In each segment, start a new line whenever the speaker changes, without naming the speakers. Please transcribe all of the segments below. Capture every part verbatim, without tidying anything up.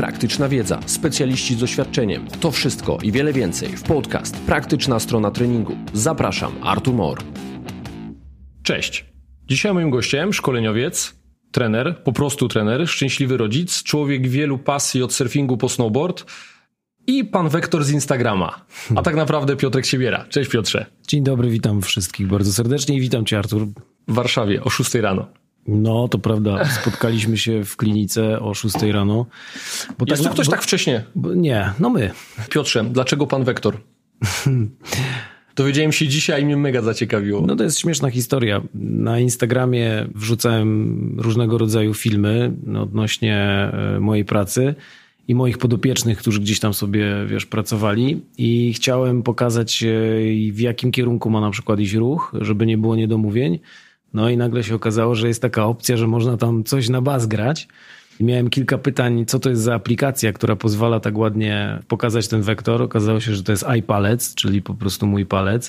praktyczna wiedza, specjaliści z doświadczeniem. To wszystko i wiele więcej w podcast Praktyczna Strona Treningu. Zapraszam, Artur Mor. Cześć. Dzisiaj moim gościem szkoleniowiec, trener, po prostu trener, szczęśliwy rodzic, człowiek wielu pasji od surfingu po snowboard i pan Wektor z Instagrama. A tak naprawdę Piotrek Siebiera. Cześć Piotrze.
Dzień dobry, witam wszystkich bardzo serdecznie i witam cię, Artur.
W Warszawie o szóstej rano.
No, to prawda. Spotkaliśmy się w klinice o szóstej rano.
Bo Jest tak, to ktoś bo, tak wcześnie?
Bo, nie, no my.
Piotrze, dlaczego pan Wektor? Dowiedziałem się dzisiaj i mnie mega zaciekawiło.
No to jest śmieszna historia. Na Instagramie wrzucałem różnego rodzaju filmy odnośnie mojej pracy i moich podopiecznych, którzy gdzieś tam sobie, wiesz, pracowali i chciałem pokazać, w jakim kierunku ma na przykład iść ruch, żeby nie było niedomówień. No i nagle się okazało, że jest taka opcja, że można tam coś na bas grać. I miałem kilka pytań, co to jest za aplikacja, która pozwala tak ładnie pokazać ten wektor. Okazało się, że to jest iPalec, czyli po prostu mój palec.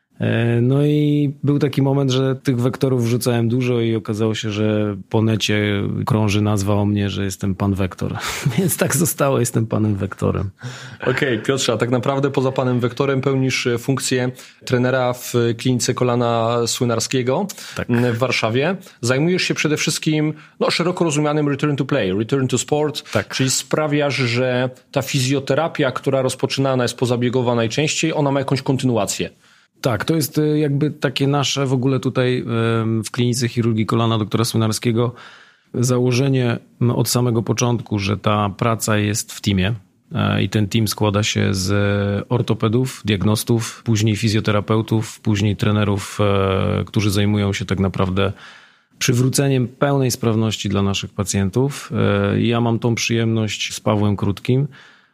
No i był taki moment, że tych wektorów wrzucałem dużo i okazało się, że po necie krąży nazwa o mnie, że jestem pan Wektor. Więc tak zostało, jestem panem Wektorem.
Okej, okay, Piotrze, a tak naprawdę poza panem Wektorem pełnisz funkcję trenera w klinice kolana Słynarskiego tak. w Warszawie. Zajmujesz się przede wszystkim no, szeroko rozumianym return to play, return to sport, tak. czyli sprawiasz, że ta fizjoterapia, która rozpoczynana jest pozabiegowa najczęściej, ona ma jakąś kontynuację.
Tak, to jest jakby takie nasze w ogóle tutaj w klinice chirurgii kolana doktora Słynarskiego założenie od samego początku, że ta praca jest w teamie i ten team składa się z ortopedów, diagnostów, później fizjoterapeutów, później trenerów, którzy zajmują się tak naprawdę przywróceniem pełnej sprawności dla naszych pacjentów. Ja mam tą przyjemność z Pawłem Krótkim,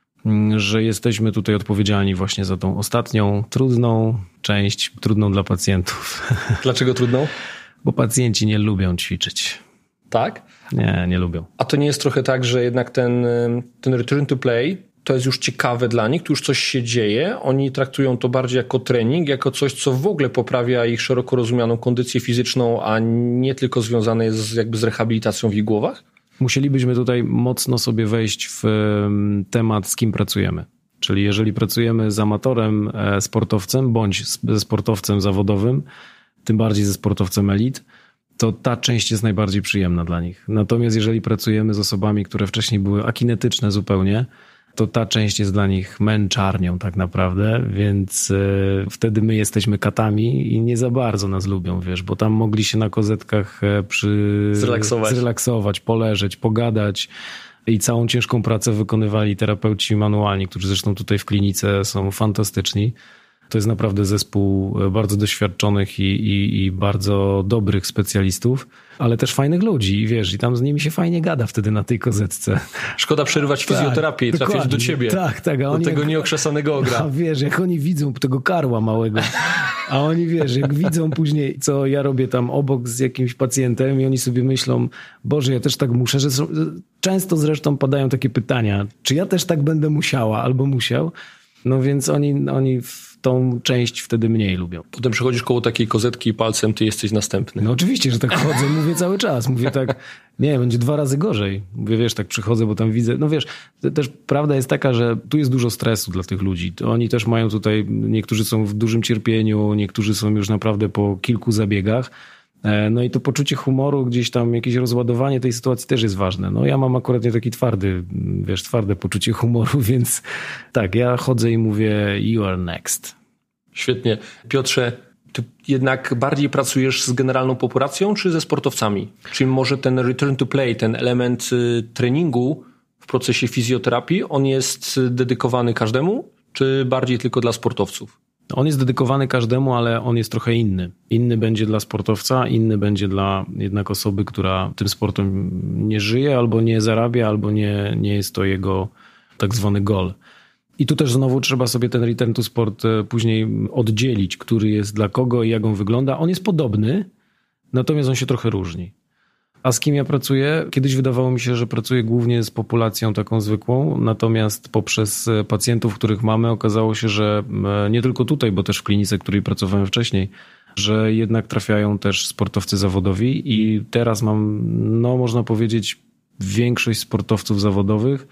że jesteśmy tutaj odpowiedzialni właśnie za tą ostatnią, trudną część, trudną dla pacjentów.
Dlaczego trudną?
Bo pacjenci nie lubią ćwiczyć.
Tak?
Nie, nie lubią.
A to nie jest trochę tak, że jednak ten, ten return to play to jest już ciekawe dla nich, tu już coś się dzieje, oni traktują to bardziej jako trening, jako coś, co w ogóle poprawia ich szeroko rozumianą kondycję fizyczną, a nie tylko związane jest jakby z rehabilitacją w ich głowach?
Musielibyśmy tutaj mocno sobie wejść w temat, z kim pracujemy. Czyli jeżeli pracujemy z amatorem, sportowcem, bądź ze sportowcem zawodowym, tym bardziej ze sportowcem elit, to ta część jest najbardziej przyjemna dla nich. Natomiast jeżeli pracujemy z osobami, które wcześniej były akinetyczne zupełnie, to ta część jest dla nich męczarnią tak naprawdę, więc y, wtedy my jesteśmy katami i nie za bardzo nas lubią, wiesz, bo tam mogli się na kozetkach przy...
zrelaksować.
zrelaksować, poleżeć, pogadać i całą ciężką pracę wykonywali terapeuci manualni, którzy zresztą tutaj w klinice są fantastyczni. To jest naprawdę zespół bardzo doświadczonych i, i, i bardzo dobrych specjalistów, ale też fajnych ludzi i wiesz, i tam z nimi się fajnie gada wtedy na tej kozetce.
Szkoda przerywać fizjoterapię tak, i trafiać do ciebie.
Tak, tak. A
do
oni
tego
jak,
nieokrzesanego ogra.
A wiesz, jak oni widzą tego karła małego, a oni wiesz, jak widzą później, co ja robię tam obok z jakimś pacjentem i oni sobie myślą, Boże, ja też tak muszę, że często zresztą padają takie pytania, czy ja też tak będę musiała albo musiał. No więc oni, oni tą część wtedy mniej lubią.
Potem przychodzisz koło takiej kozetki i palcem ty jesteś następny.
No oczywiście, że tak chodzę, mówię cały czas. Mówię tak, nie, będzie dwa razy gorzej. Mówię, wiesz, tak przychodzę, bo tam widzę. No wiesz, też prawda jest taka, że tu jest dużo stresu dla tych ludzi. Oni też mają tutaj, niektórzy są w dużym cierpieniu, niektórzy są już naprawdę po kilku zabiegach. No i to poczucie humoru, gdzieś tam jakieś rozładowanie tej sytuacji też jest ważne. No ja mam akurat nie taki twardy, wiesz, twarde poczucie humoru, więc tak, ja chodzę i mówię you are next.
Świetnie. Piotrze, ty jednak bardziej pracujesz z generalną populacją czy ze sportowcami? Czyli może ten return to play, ten element treningu w procesie fizjoterapii, on jest dedykowany każdemu, czy bardziej tylko dla sportowców?
On jest dedykowany każdemu, ale on jest trochę inny. Inny będzie dla sportowca, inny będzie dla jednak osoby, która tym sportem nie żyje, albo nie zarabia, albo nie, nie jest to jego tak zwany goal. I tu też znowu trzeba sobie ten return to sport później oddzielić, który jest dla kogo i jak on wygląda. On jest podobny, natomiast on się trochę różni. A z kim ja pracuję? Kiedyś wydawało mi się, że pracuję głównie z populacją taką zwykłą, natomiast poprzez pacjentów, których mamy, okazało się, że nie tylko tutaj, bo też w klinice, w której pracowałem wcześniej, że jednak trafiają też sportowcy zawodowi i teraz mam, no można powiedzieć, większość sportowców zawodowych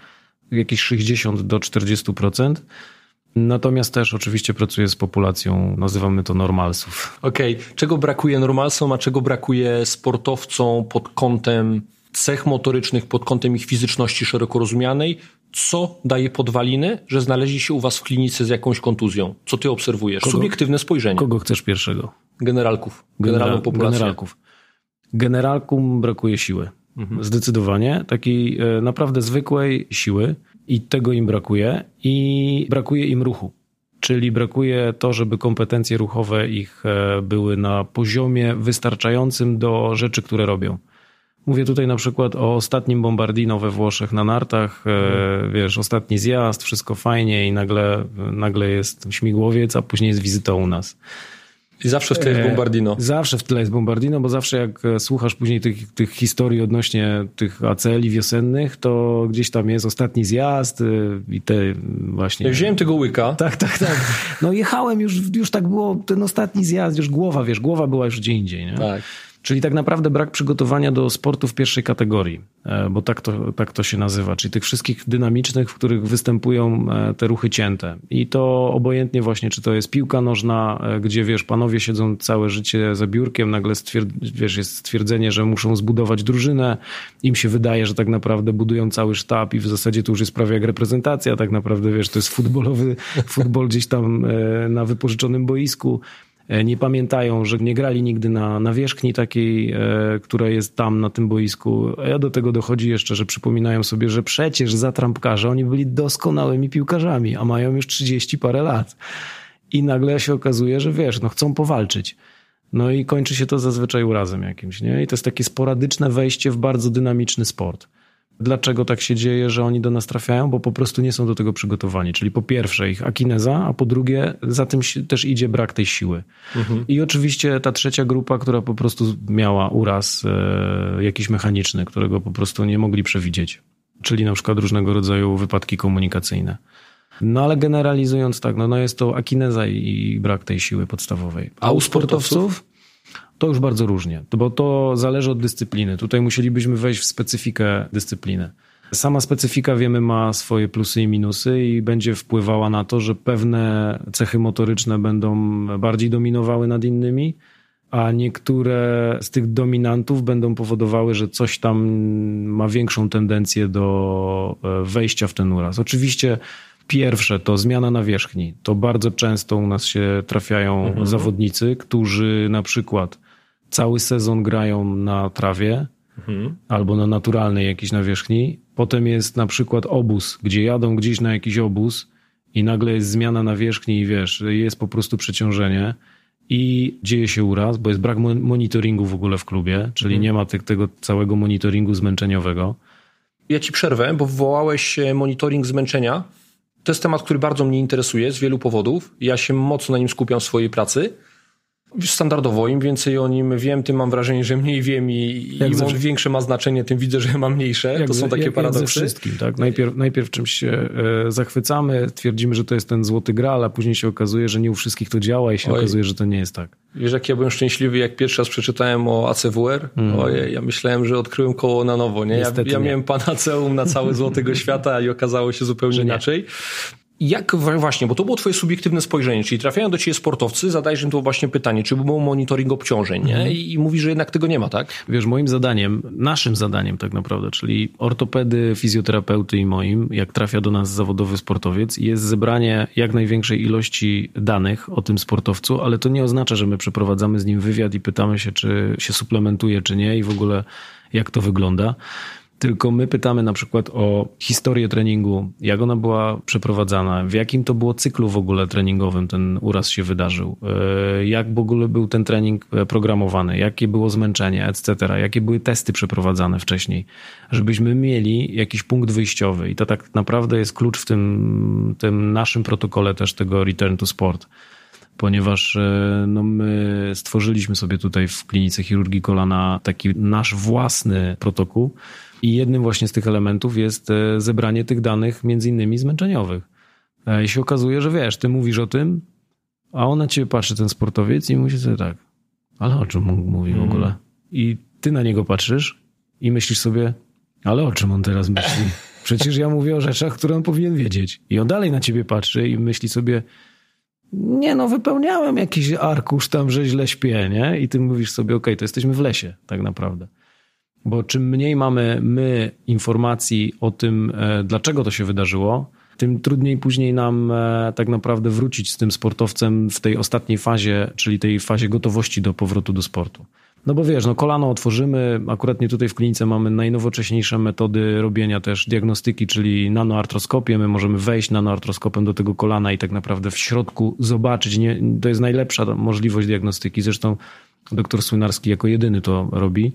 jakieś sześćdziesiąt do czterdziestu procent. Natomiast też oczywiście pracuję z populacją, nazywamy to normalsów.
Okej. Okay. Czego brakuje normalsom, a czego brakuje sportowcom pod kątem cech motorycznych, pod kątem ich fizyczności szeroko rozumianej? Co daje podwaliny, że znaleźli się u was w klinice z jakąś kontuzją? Co ty obserwujesz? Kogo? Subiektywne spojrzenie.
Kogo chcesz pierwszego?
Generalków. Generalną Genera- populację.
Generalków. Generalkum brakuje siły. Mhm. Zdecydowanie. Takiej e, naprawdę zwykłej siły i tego im brakuje. I brakuje im ruchu. Czyli brakuje to, żeby kompetencje ruchowe ich e, były na poziomie wystarczającym do rzeczy, które robią. Mówię tutaj na przykład o ostatnim Bombardino we Włoszech na nartach, e, wiesz, ostatni zjazd, wszystko fajnie i nagle, nagle jest śmigłowiec, a później jest wizyta u nas.
I zawsze w tle jest Bombardino.
E, zawsze w tle jest Bombardino, bo zawsze jak słuchasz później tych, tych historii odnośnie tych A C L-i wiosennych, to gdzieś tam jest ostatni zjazd i te właśnie...
Ja wziąłem tego łyka.
Tak, tak, tak. No jechałem, już, już tak było ten ostatni zjazd, już głowa, wiesz, głowa była już gdzie indziej, nie?
Tak.
Czyli tak naprawdę brak przygotowania do sportów pierwszej kategorii, bo tak to, tak to się nazywa, czyli tych wszystkich dynamicznych, w których występują te ruchy cięte. I to obojętnie właśnie, czy to jest piłka nożna, gdzie wiesz, panowie siedzą całe życie za biurkiem, nagle stwierd- wiesz, jest stwierdzenie, że muszą zbudować drużynę, im się wydaje, że tak naprawdę budują cały sztab i w zasadzie to już jest prawie jak reprezentacja, tak naprawdę wiesz, to jest futbolowy, futbol gdzieś tam na wypożyczonym boisku. Nie pamiętają, że nie grali nigdy na nawierzchni takiej, e, która jest tam na tym boisku. A do tego dochodzi jeszcze, że przypominają sobie, że przecież za trampkarze oni byli doskonałymi piłkarzami, a mają już trzydzieści parę lat. I nagle się okazuje, że wiesz, no chcą powalczyć. No i kończy się to zazwyczaj urazem jakimś, nie? I to jest takie sporadyczne wejście w bardzo dynamiczny sport. Dlaczego tak się dzieje, że oni do nas trafiają? Bo po prostu nie są do tego przygotowani. Czyli po pierwsze ich akineza, a po drugie za tym też idzie brak tej siły. Mhm. I oczywiście ta trzecia grupa, która po prostu miała uraz e, jakiś mechaniczny, którego po prostu nie mogli przewidzieć. Czyli na przykład różnego rodzaju wypadki komunikacyjne. No ale generalizując tak, no, no jest to akineza i brak tej siły podstawowej.
A u sportowców?
To już bardzo różnie, bo to zależy od dyscypliny. Tutaj musielibyśmy wejść w specyfikę dyscypliny. Sama specyfika, wiemy, ma swoje plusy i minusy i będzie wpływała na to, że pewne cechy motoryczne będą bardziej dominowały nad innymi, a niektóre z tych dominantów będą powodowały, że coś tam ma większą tendencję do wejścia w ten uraz. Oczywiście pierwsze to zmiana nawierzchni. To bardzo często u nas się trafiają mhm. zawodnicy, którzy na przykład cały sezon grają na trawie mhm. albo na naturalnej jakiejś nawierzchni. Potem jest na przykład obóz, gdzie jadą gdzieś na jakiś obóz i nagle jest zmiana nawierzchni i wiesz, jest po prostu przeciążenie i dzieje się uraz, bo jest brak monitoringu w ogóle w klubie, czyli mhm. nie ma tych, tego całego monitoringu zmęczeniowego.
Ja ci przerwę, bo wywołałeś monitoring zmęczenia. To jest temat, który bardzo mnie interesuje z wielu powodów. Ja się mocno na nim skupiam w swojej pracy. Standardowo, im więcej o nim wiem, tym mam wrażenie, że mniej wiem i im on większe ma znaczenie, tym widzę, że ma mniejsze.
Jak
to są
ze,
takie
jak
paradoksy.
Jak ze wszystkim, tak? Najpierw, najpierw czymś się e, zachwycamy, twierdzimy, że to jest ten złoty gral, a później się okazuje, że nie u wszystkich to działa i się Oj. okazuje, że to nie jest tak.
Wiesz, jak ja byłem szczęśliwy, jak pierwszy raz przeczytałem o A C W R? Mm. Ojej, ja myślałem, że odkryłem koło na nowo. Nie? Ja, ja miałem panaceum na całe złotego świata i okazało się zupełnie inaczej. Jak właśnie, bo to było twoje subiektywne spojrzenie, czyli trafiają do ciebie sportowcy, zadajesz im to właśnie pytanie, czy był monitoring obciążeń, nie? Mhm. I, i mówisz, że jednak tego nie ma, tak?
Wiesz, moim zadaniem, naszym zadaniem tak naprawdę, czyli ortopedy, fizjoterapeuty i moim, jak trafia do nas zawodowy sportowiec, jest zebranie jak największej ilości danych o tym sportowcu, ale to nie oznacza, że my przeprowadzamy z nim wywiad i pytamy się, czy się suplementuje, czy nie i w ogóle jak to wygląda. Tylko my pytamy na przykład o historię treningu, jak ona była przeprowadzana, w jakim to było cyklu w ogóle treningowym ten uraz się wydarzył, jak w ogóle był ten trening programowany, jakie było zmęczenie, et cetera, jakie były testy przeprowadzane wcześniej, żebyśmy mieli jakiś punkt wyjściowy i to tak naprawdę jest klucz w tym, tym naszym protokole też tego Return to Sport. Ponieważ no, my stworzyliśmy sobie tutaj w klinice chirurgii kolana taki nasz własny protokół i jednym właśnie z tych elementów jest zebranie tych danych między innymi zmęczeniowych. I się okazuje, że wiesz, ty mówisz o tym, a on na ciebie patrzy, ten sportowiec i mówi sobie tak, ale o czym on mówi w ogóle? I ty na niego patrzysz i myślisz sobie, ale o czym on teraz myśli? Przecież ja mówię o rzeczach, które on powinien wiedzieć. I on dalej na ciebie patrzy i myśli sobie, nie no, wypełniałem jakiś arkusz tam, że źle śpię, nie? I ty mówisz sobie, okej, okay, to jesteśmy w lesie tak naprawdę. Bo czym mniej mamy my informacji o tym, e, dlaczego to się wydarzyło, tym trudniej później nam e, tak naprawdę wrócić z tym sportowcem w tej ostatniej fazie, czyli tej fazie gotowości do powrotu do sportu. No bo wiesz, no kolano otworzymy, akurat nie tutaj w klinice mamy najnowocześniejsze metody robienia też diagnostyki, czyli nanoartroskopię. My możemy wejść nanoartroskopem do tego kolana i tak naprawdę w środku zobaczyć. Nie, to jest najlepsza możliwość diagnostyki. Zresztą doktor Słynarski jako jedyny to robi.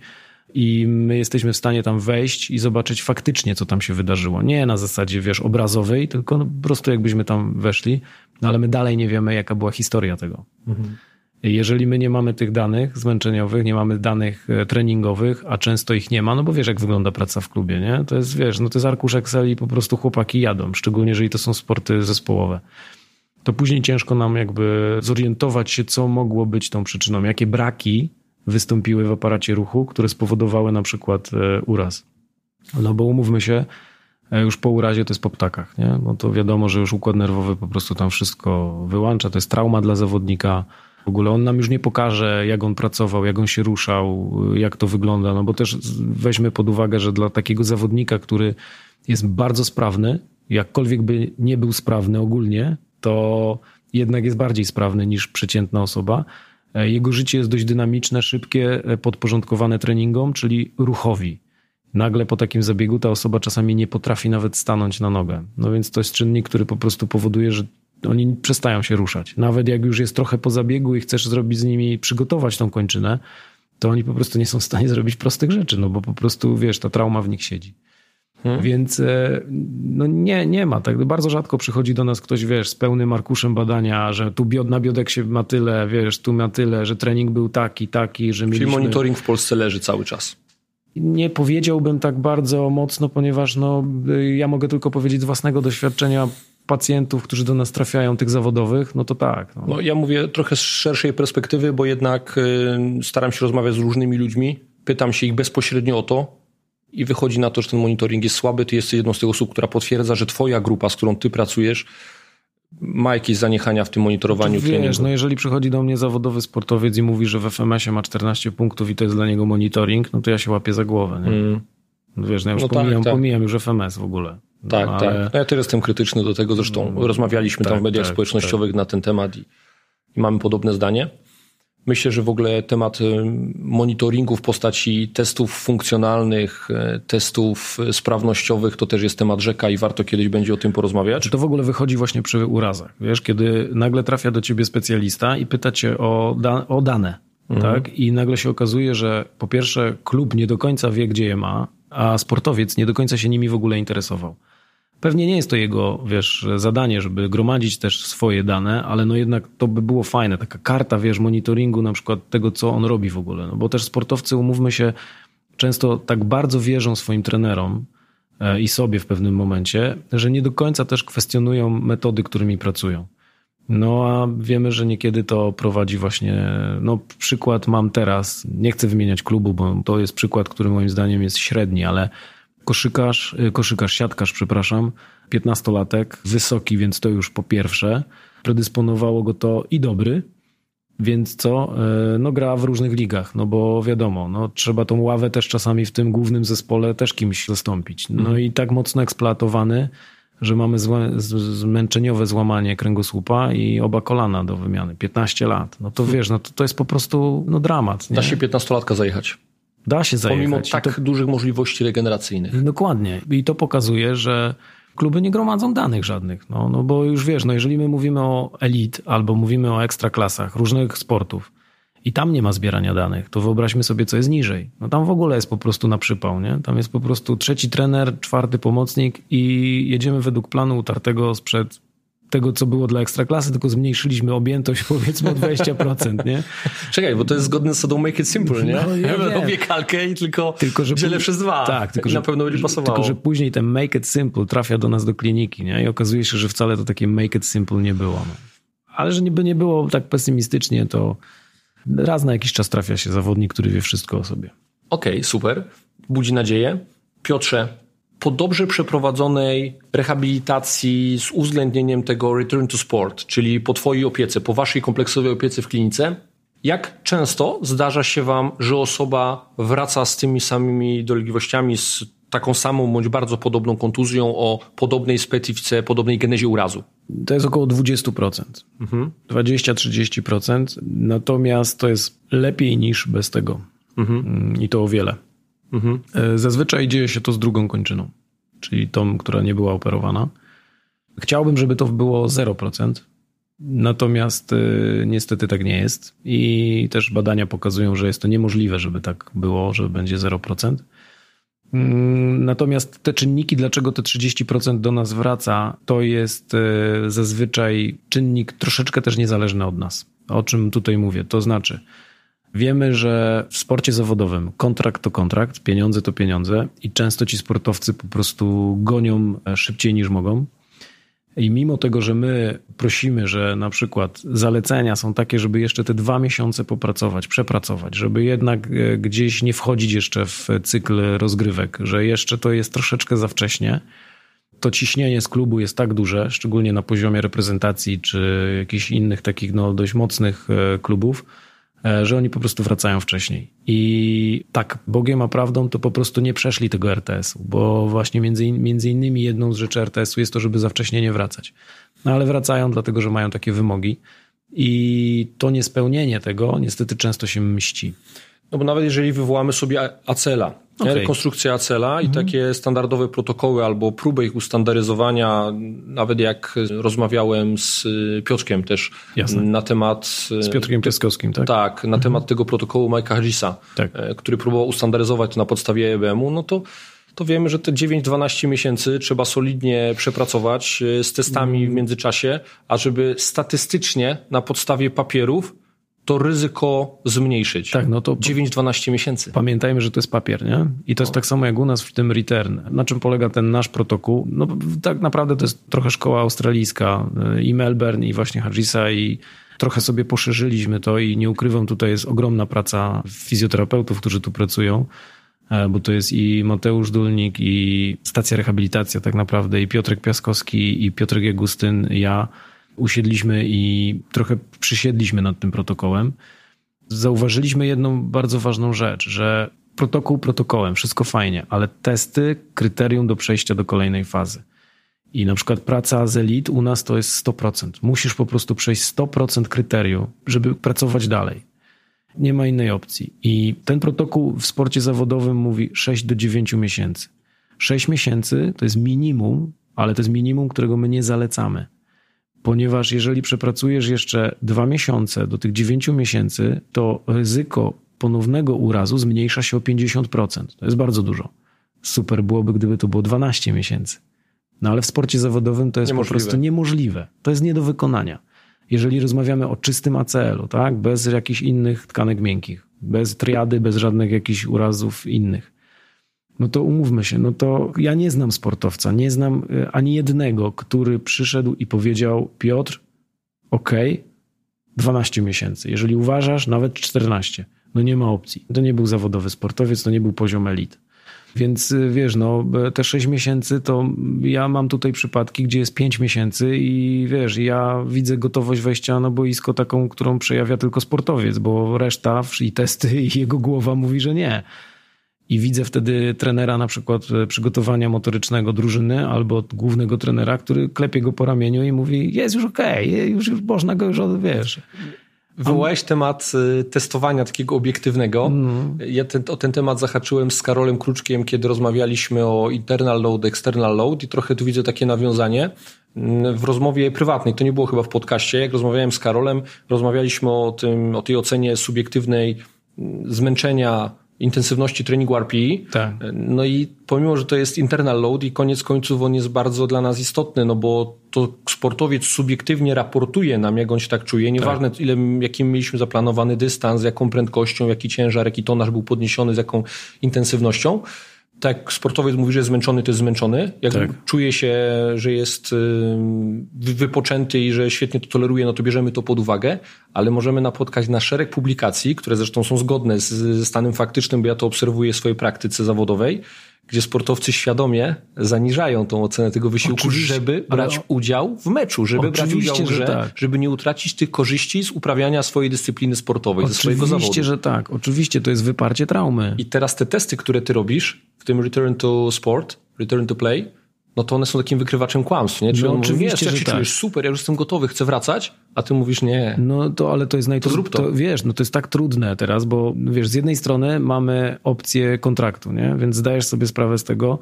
I my jesteśmy w stanie tam wejść i zobaczyć faktycznie, co tam się wydarzyło. Nie na zasadzie, wiesz, obrazowej, tylko no, po prostu jakbyśmy tam weszli, no ale my dalej nie wiemy, jaka była historia tego. Mhm. Jeżeli my nie mamy tych danych zmęczeniowych, nie mamy danych treningowych, a często ich nie ma, no bo wiesz, jak wygląda praca w klubie, nie? To jest, wiesz, no to jest arkusz Excel i po prostu chłopaki jadą, szczególnie jeżeli to są sporty zespołowe. To później ciężko nam jakby zorientować się, co mogło być tą przyczyną, jakie braki wystąpiły w aparacie ruchu, które spowodowały na przykład uraz. No bo umówmy się, już po urazie to jest po ptakach, nie? No to wiadomo, że już układ nerwowy po prostu tam wszystko wyłącza, to jest trauma dla zawodnika. W ogóle on nam już nie pokaże, jak on pracował, jak on się ruszał, jak to wygląda, no bo też weźmy pod uwagę, że dla takiego zawodnika, który jest bardzo sprawny, jakkolwiek by nie był sprawny ogólnie, to jednak jest bardziej sprawny niż przeciętna osoba. Jego życie jest dość dynamiczne, szybkie, podporządkowane treningom, czyli ruchowi. Nagle po takim zabiegu ta osoba czasami nie potrafi nawet stanąć na nogę. No więc to jest czynnik, który po prostu powoduje, że oni przestają się ruszać. Nawet jak już jest trochę po zabiegu i chcesz zrobić z nimi, przygotować tą kończynę, to oni po prostu nie są w stanie zrobić prostych rzeczy, no bo po prostu, wiesz, ta trauma w nich siedzi. Hmm. Więc no nie, nie ma. Tak bardzo rzadko przychodzi do nas ktoś, wiesz, z pełnym arkuszem badania, że tu biod, na biodek się ma tyle, wiesz, tu ma tyle, że trening był taki, taki, że mieliśmy...
Czyli monitoring w Polsce leży cały czas.
Nie powiedziałbym tak bardzo mocno, ponieważ no, ja mogę tylko powiedzieć z własnego doświadczenia pacjentów, którzy do nas trafiają, tych zawodowych, no to tak. No.
No, ja mówię trochę z szerszej perspektywy, bo jednak y, staram się rozmawiać z różnymi ludźmi, pytam się ich bezpośrednio o to i wychodzi na to, że ten monitoring jest słaby. Ty jesteś jedną z tych osób, która potwierdza, że twoja grupa, z którą ty pracujesz, ma jakieś zaniechania w tym monitorowaniu
wiesz,
treningu.
No jeżeli przychodzi do mnie zawodowy sportowiec i mówi, że w F M S ie ma czternaście punktów i to jest dla niego monitoring, no to ja się łapię za głowę. Nie? Mm. Wiesz, no ja już no pomijam, tak, tak. pomijam już F M S w ogóle. No,
tak,
ale...
tak. No ja też jestem krytyczny do tego, zresztą no, rozmawialiśmy tak, tam w mediach tak, społecznościowych tak. na ten temat i, i mamy podobne zdanie. Myślę, że w ogóle temat monitoringu w postaci testów funkcjonalnych, testów sprawnościowych to też jest temat rzeka i warto kiedyś będzie o tym porozmawiać.
To w ogóle wychodzi właśnie przy urazach. Wiesz, kiedy nagle trafia do ciebie specjalista i pyta cię o, da- o dane, mhm. tak? I nagle się okazuje, że po pierwsze klub nie do końca wie, gdzie je ma, a sportowiec nie do końca się nimi w ogóle interesował. Pewnie nie jest to jego, wiesz, zadanie, żeby gromadzić też swoje dane, ale no jednak to by było fajne. Taka karta, wiesz, monitoringu na przykład tego, co on robi w ogóle. No bo też sportowcy, umówmy się, często tak bardzo wierzą swoim trenerom i sobie w pewnym momencie, że nie do końca też kwestionują metody, którymi pracują. No a wiemy, że niekiedy to prowadzi właśnie, no przykład mam teraz, nie chcę wymieniać klubu, bo to jest przykład, który moim zdaniem jest średni, ale Koszykarz, koszykarz, siatkarz, przepraszam, piętnastolatek, wysoki, więc to już po pierwsze. Predysponowało go to i dobry, więc co? No gra w różnych ligach, no bo wiadomo, no trzeba tą ławę też czasami w tym głównym zespole też kimś zastąpić. No mhm. i tak mocno eksploatowany, że mamy złe, zmęczeniowe złamanie kręgosłupa i oba kolana do wymiany. piętnaście lat. No to wiesz, no to, to jest po prostu no dramat. Nie?
Da się piętnastolatka zajechać.
Da się zajechać.
Pomimo tak to... dużych możliwości regeneracyjnych.
Dokładnie. I to pokazuje, że kluby nie gromadzą danych żadnych. No, no bo już wiesz, no jeżeli my mówimy o elit albo mówimy o ekstraklasach różnych sportów i tam nie ma zbierania danych, to wyobraźmy sobie, co jest niżej. No tam w ogóle jest po prostu na przypał, nie? Tam jest po prostu trzeci trener, czwarty pomocnik i jedziemy według planu utartego sprzed tego, co było dla ekstraklasy, tylko zmniejszyliśmy objętość powiedzmy o dwadzieścia procent, nie?
Czekaj, bo to jest zgodne z zasadą make it simple, nie? No, ja robię kalkę i tylko, tylko że dzielę przez dwa.
Tak, tylko
I
że,
na pewno będzie pasowało.
Tylko, że później ten make it simple trafia do nas do kliniki, nie? I okazuje się, że wcale to takie make it simple nie było. No. Ale że by nie było tak pesymistycznie, to raz na jakiś czas trafia się zawodnik, który wie wszystko o sobie.
Okej, okay, super. Budzi nadzieję. Piotrze, po dobrze przeprowadzonej rehabilitacji z uwzględnieniem tego return to sport, czyli po twojej opiece, po waszej kompleksowej opiece w klinice, jak często zdarza się wam, że osoba wraca z tymi samymi dolegliwościami, z taką samą bądź bardzo podobną kontuzją o podobnej specyfice, podobnej genezie urazu?
To jest około dwadzieścia procent. Mhm. dwadzieścia do trzydziestu procent. Natomiast to jest lepiej niż bez tego. Mhm. I to o wiele. Mhm. Zazwyczaj dzieje się to z drugą kończyną, czyli tą, która nie była operowana. Chciałbym, żeby to było zero procent. Natomiast y, niestety tak nie jest. I też badania pokazują, że jest to niemożliwe, żeby tak było, że będzie zero procent. Natomiast te czynniki, dlaczego te trzydzieści procent do nas wraca, to jest zazwyczaj czynnik troszeczkę też niezależny od nas. O czym tutaj mówię? To znaczy, wiemy, że w sporcie zawodowym kontrakt to kontrakt, pieniądze to pieniądze i często ci sportowcy po prostu gonią szybciej niż mogą. I mimo tego, że my prosimy, że na przykład zalecenia są takie, żeby jeszcze te dwa miesiące popracować, przepracować, żeby jednak gdzieś nie wchodzić jeszcze w cykl rozgrywek, że jeszcze to jest troszeczkę za wcześnie, to ciśnienie z klubu jest tak duże, szczególnie na poziomie reprezentacji czy jakichś innych takich no, dość mocnych klubów, że oni po prostu wracają wcześniej. I tak, Bogiem a prawdą to po prostu nie przeszli tego er te esu, bo właśnie między, między innymi jedną z rzeczy er te esu jest to, żeby za wcześnie nie wracać. No ale wracają dlatego, że mają takie wymogi i to niespełnienie tego niestety często się mści.
No bo nawet jeżeli wywołamy sobie acela, okay. rekonstrukcję acela i mhm. takie standardowe protokoły albo próbę ich ustandaryzowania, nawet jak rozmawiałem z Piotrkiem też Jasne. na temat...
Z Piotrkiem Piaskowskim, tak?
Tak, na mhm. temat tego protokołu Mike'a Hedgesa, tak. który próbował ustandaryzować to na podstawie E B M u, no to to wiemy, że te dziewięć do dwunastu miesięcy trzeba solidnie przepracować z testami mhm. w międzyczasie, ażeby statystycznie na podstawie papierów to ryzyko zmniejszyć. Tak, no to dziewięć do dwunastu miesięcy.
Pamiętajmy, że to jest papier, nie? I to jest no. tak samo jak u nas w tym return. Na czym polega ten nasz protokół? No tak naprawdę to jest trochę szkoła australijska i Melbourne i właśnie Hedgesa i trochę sobie poszerzyliśmy to i nie ukrywam, tutaj jest ogromna praca fizjoterapeutów, którzy tu pracują, bo to jest i Mateusz Dulnik i stacja rehabilitacja tak naprawdę i Piotrek Piaskowski i Piotrek Jagustyn, ja usiedliśmy i trochę przysiedliśmy nad tym protokołem. Zauważyliśmy jedną bardzo ważną rzecz, że protokół protokołem, wszystko fajnie, ale testy, kryterium do przejścia do kolejnej fazy. I na przykład praca z Elite u nas to jest sto procent. Musisz po prostu przejść sto procent kryterium, żeby pracować dalej. Nie ma innej opcji. I ten protokół w sporcie zawodowym mówi sześć do dziewięciu miesięcy. sześć miesięcy to jest minimum, ale to jest minimum, którego my nie zalecamy. Ponieważ jeżeli przepracujesz jeszcze dwa miesiące do tych dziewięciu miesięcy, to ryzyko ponownego urazu zmniejsza się o pięćdziesiąt procent. To jest bardzo dużo. Super byłoby, gdyby to było dwanaście miesięcy. No ale w sporcie zawodowym to jest niemożliwe. Po prostu niemożliwe. To jest nie do wykonania. Jeżeli rozmawiamy o czystym A C L-u, tak? Bez jakichś innych tkanek miękkich, bez triady, bez żadnych jakichś urazów innych, no to umówmy się, no to ja nie znam sportowca, nie znam ani jednego, który przyszedł i powiedział: Piotr, okej, okay, dwanaście miesięcy. Jeżeli uważasz, nawet czternaście. No nie ma opcji. To nie był zawodowy sportowiec, to nie był poziom elit. Więc wiesz, no te sześć miesięcy to ja mam tutaj przypadki, gdzie jest pięć miesięcy i wiesz, ja widzę gotowość wejścia na boisko taką, którą przejawia tylko sportowiec, bo reszta i testy i jego głowa mówi, że nie. I widzę wtedy trenera na przykład przygotowania motorycznego drużyny albo głównego trenera, który klepie go po ramieniu i mówi: jest już okej, okay, już, już można go już odwiesz.
Wywołałeś temat testowania takiego obiektywnego. Mm. Ja ten, o ten temat zahaczyłem z Karolem Kruczkiem, kiedy rozmawialiśmy o internal load, external load i trochę tu widzę takie nawiązanie. W rozmowie prywatnej, to nie było chyba w podcaście, jak rozmawiałem z Karolem, rozmawialiśmy o tym, o tej ocenie subiektywnej zmęczenia, intensywności treningu R P E. Tak. No i pomimo, że to jest internal load i koniec końców on jest bardzo dla nas istotny, no bo to sportowiec subiektywnie raportuje nam, jak on się tak czuje. Nieważne, tak. ile, jakim mieliśmy zaplanowany dystans, jaką prędkością, jaki ciężar, jaki tonaż był podniesiony, z jaką intensywnością. Tak, sportowiec mówi, że jest zmęczony, to jest zmęczony. Jak tak. czuje się, że jest wypoczęty i że świetnie to toleruje, no to bierzemy to pod uwagę, ale możemy napotkać na szereg publikacji, które zresztą są zgodne z, ze stanem faktycznym, bo ja to obserwuję w swojej praktyce zawodowej, gdzie sportowcy świadomie zaniżają tą ocenę tego wysiłku, oczywiście, żeby brać ale... udział w meczu, żeby brać udział w grze, tak. żeby nie utracić tych korzyści z uprawiania swojej dyscypliny sportowej, oczywiście, ze swojego zawodu.
Oczywiście, że tak. Oczywiście, to jest wyparcie traumy.
I teraz te testy, które ty robisz, w tym Return to Sport, Return to Play, no to one są takim wykrywaczem kłamstw, nie? Czyli no, on oczywiście, mówi, wiesz, ja się tak. czujesz super, ja już jestem gotowy, chcę wracać, a ty mówisz nie.
No to, ale to jest najtrudniejsze.
To zrób to.
to. Wiesz, no to jest tak trudne teraz, bo wiesz, z jednej strony mamy opcję kontraktu, nie? Więc zdajesz sobie sprawę z tego,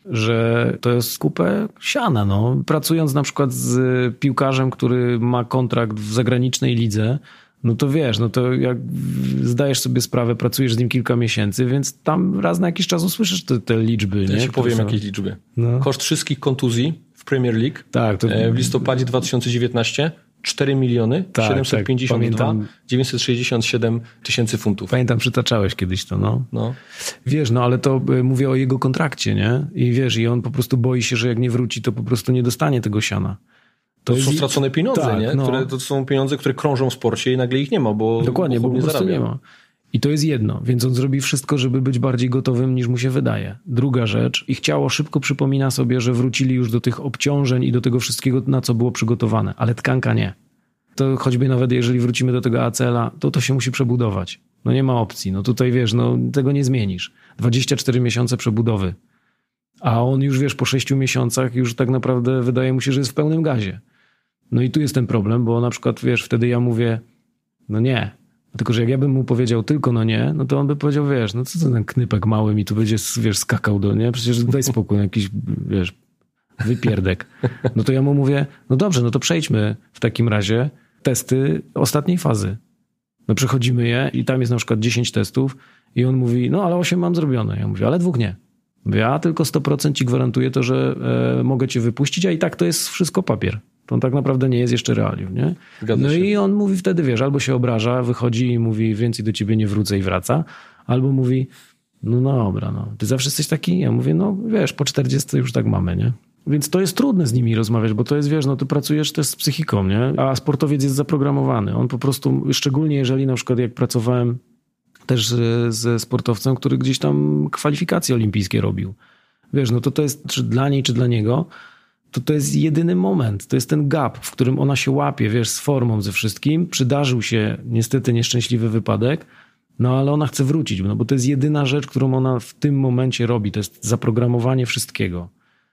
że to jest kupę siana, no. Pracując na przykład z piłkarzem, który ma kontrakt w zagranicznej lidze, no to wiesz, no to jak zdajesz sobie sprawę, pracujesz z nim kilka miesięcy, więc tam raz na jakiś czas usłyszysz te, te liczby.
Ja
nie?
ci powiem, są... jakieś liczby. No. Koszt wszystkich kontuzji w Premier League
tak, to...
w listopadzie dwa tysiące dziewiętnastym cztery miliony
tak,
siedemset pięćdziesiąt dwa
tak,
dziewięćset sześćdziesiąt siedem tysięcy funtów.
Pamiętam, przytaczałeś kiedyś to, no.
no.
Wiesz, no ale to mówię o jego kontrakcie, nie? I wiesz, i on po prostu boi się, że jak nie wróci, to po prostu nie dostanie tego siana.
To, to są stracone pieniądze,
tak,
nie?
No.
Które, to są pieniądze, które krążą w sporcie i nagle ich nie ma, bo
dokładnie, bo po prostu
zarabia.
nie ma. I to jest jedno, więc on zrobi wszystko, żeby być bardziej gotowym niż mu się wydaje. Druga rzecz, ich ciało szybko przypomina sobie, że wrócili już do tych obciążeń i do tego wszystkiego, na co było przygotowane, ale tkanka nie. To choćby nawet jeżeli wrócimy do tego A C L-a, to to się musi przebudować. No nie ma opcji, no tutaj wiesz, no tego nie zmienisz. dwadzieścia cztery miesiące przebudowy. A on już wiesz, po sześciu miesiącach już tak naprawdę wydaje mu się, że jest w pełnym gazie. No i tu jest ten problem, bo na przykład, wiesz, wtedy ja mówię, no nie. Tylko, że jak ja bym mu powiedział tylko no nie, no to on by powiedział, wiesz, no co to ten knypek mały mi tu będzie, wiesz, skakał do, nie? Przecież daj spokój, jakiś, wiesz, wypierdek. No to ja mu mówię, no dobrze, no to przejdźmy w takim razie testy ostatniej fazy. No przechodzimy je i tam jest na przykład dziesięć testów i on mówi, no ale osiem mam zrobione. Ja mówię, ale dwóch nie. Mówię, ja tylko sto procent ci gwarantuję to, że e, mogę cię wypuścić, a i tak to jest wszystko papier. To tak naprawdę nie jest jeszcze realium, nie?
Zgadza
no
się.
I on mówi wtedy, wiesz, albo się obraża, wychodzi i mówi, więcej do ciebie nie wrócę i wraca, albo mówi, no dobra, no, ty zawsze jesteś taki? Ja mówię, no wiesz, po czterdziestce już tak mamy, nie? Więc to jest trudne z nimi rozmawiać, bo to jest, wiesz, no ty pracujesz też z psychiką, nie? A sportowiec jest zaprogramowany. On po prostu, szczególnie jeżeli na przykład jak pracowałem też ze sportowcem, który gdzieś tam kwalifikacje olimpijskie robił. Wiesz, no to to jest, czy dla niej, czy dla niego, to to jest jedyny moment, to jest ten gap, w którym ona się łapie, wiesz, z formą, ze wszystkim. Przydarzył się niestety nieszczęśliwy wypadek, no ale ona chce wrócić, no bo to jest jedyna rzecz, którą ona w tym momencie robi, to jest zaprogramowanie wszystkiego.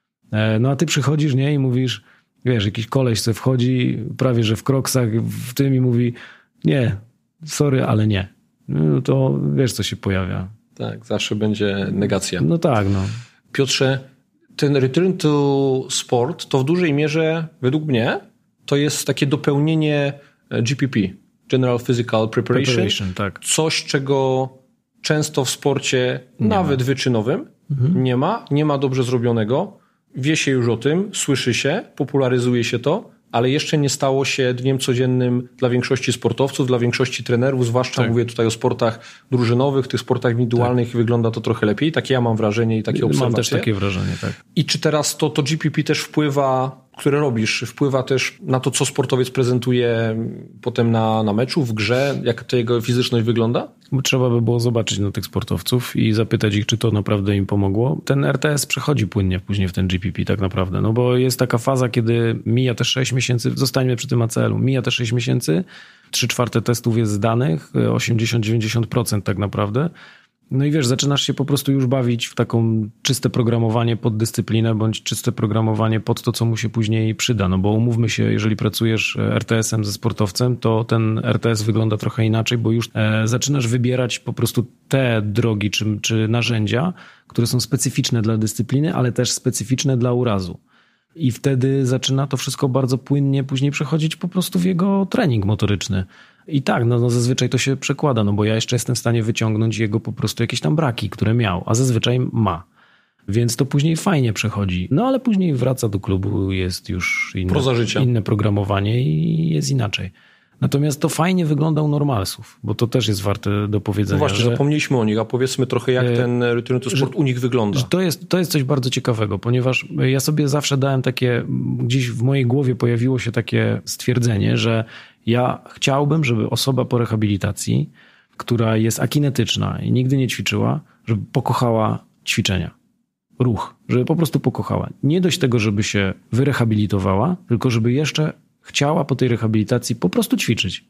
No a ty przychodzisz, nie, i mówisz, wiesz, jakiś koleś se wchodzi, prawie że w kroksach, w tym i mówi, nie, sorry, ale nie. No to wiesz, co się pojawia.
Tak, zawsze będzie negacja.
No tak, no.
Piotrze, ten Return to Sport to w dużej mierze, według mnie, to jest takie dopełnienie G P P, General Physical Preparation.
Preparation, tak.
Coś, czego często w sporcie,
nie
nawet
ma.
wyczynowym, mhm. nie ma. Nie ma dobrze zrobionego. Wie się już o tym, słyszy się, popularyzuje się to, ale jeszcze nie stało się dniem codziennym dla większości sportowców, dla większości trenerów, zwłaszcza tak. mówię tutaj o sportach drużynowych, tych sportach indywidualnych tak. wygląda to trochę lepiej. Takie ja mam wrażenie i takie obserwacje.
Mam też takie wrażenie, tak.
I czy teraz to, to G P P też wpływa, które robisz, wpływa też na to, co sportowiec prezentuje potem na, na meczu, w grze, jak ta jego fizyczność wygląda?
Trzeba by było zobaczyć na tych sportowców i zapytać ich, czy to naprawdę im pomogło. Ten R T S przechodzi płynnie później w ten G P P tak naprawdę, no bo jest taka faza, kiedy mija też sześć miesięcy, zostańmy przy tym A C L-u, mija też sześć miesięcy, trzy czwarte testów jest zdanych, osiemdziesiąt do dziewięćdziesięciu procent tak naprawdę. No i wiesz, zaczynasz się po prostu już bawić w taką czyste programowanie pod dyscyplinę, bądź czyste programowanie pod to, co mu się później przyda. No bo umówmy się, jeżeli pracujesz R T S-em ze sportowcem, to ten R T S wygląda trochę inaczej, bo już e, zaczynasz wybierać po prostu te drogi czy, czy narzędzia, które są specyficzne dla dyscypliny, ale też specyficzne dla urazu. I wtedy zaczyna to wszystko bardzo płynnie później przechodzić po prostu w jego trening motoryczny. I tak, no, no zazwyczaj to się przekłada, no bo ja jeszcze jestem w stanie wyciągnąć jego po prostu jakieś tam braki, które miał, a zazwyczaj ma. Więc to później fajnie przechodzi. No ale później wraca do klubu, jest już inne, inne programowanie i jest inaczej. Natomiast to fajnie wygląda u normalsów, bo to też jest warte do powiedzenia.
No właśnie, że, zapomnieliśmy o nich, a powiedzmy trochę, jak e, ten Return to Sport że, u nich wygląda.
Że to, jest, to jest coś bardzo ciekawego, ponieważ ja sobie zawsze dałem takie, gdzieś w mojej głowie pojawiło się takie stwierdzenie, że ja chciałbym, żeby osoba po rehabilitacji, która jest akinetyczna i nigdy nie ćwiczyła, żeby pokochała ćwiczenia. ruch, żeby po prostu pokochała. Nie dość tego, żeby się wyrehabilitowała, tylko żeby jeszcze chciała po tej rehabilitacji po prostu ćwiczyć.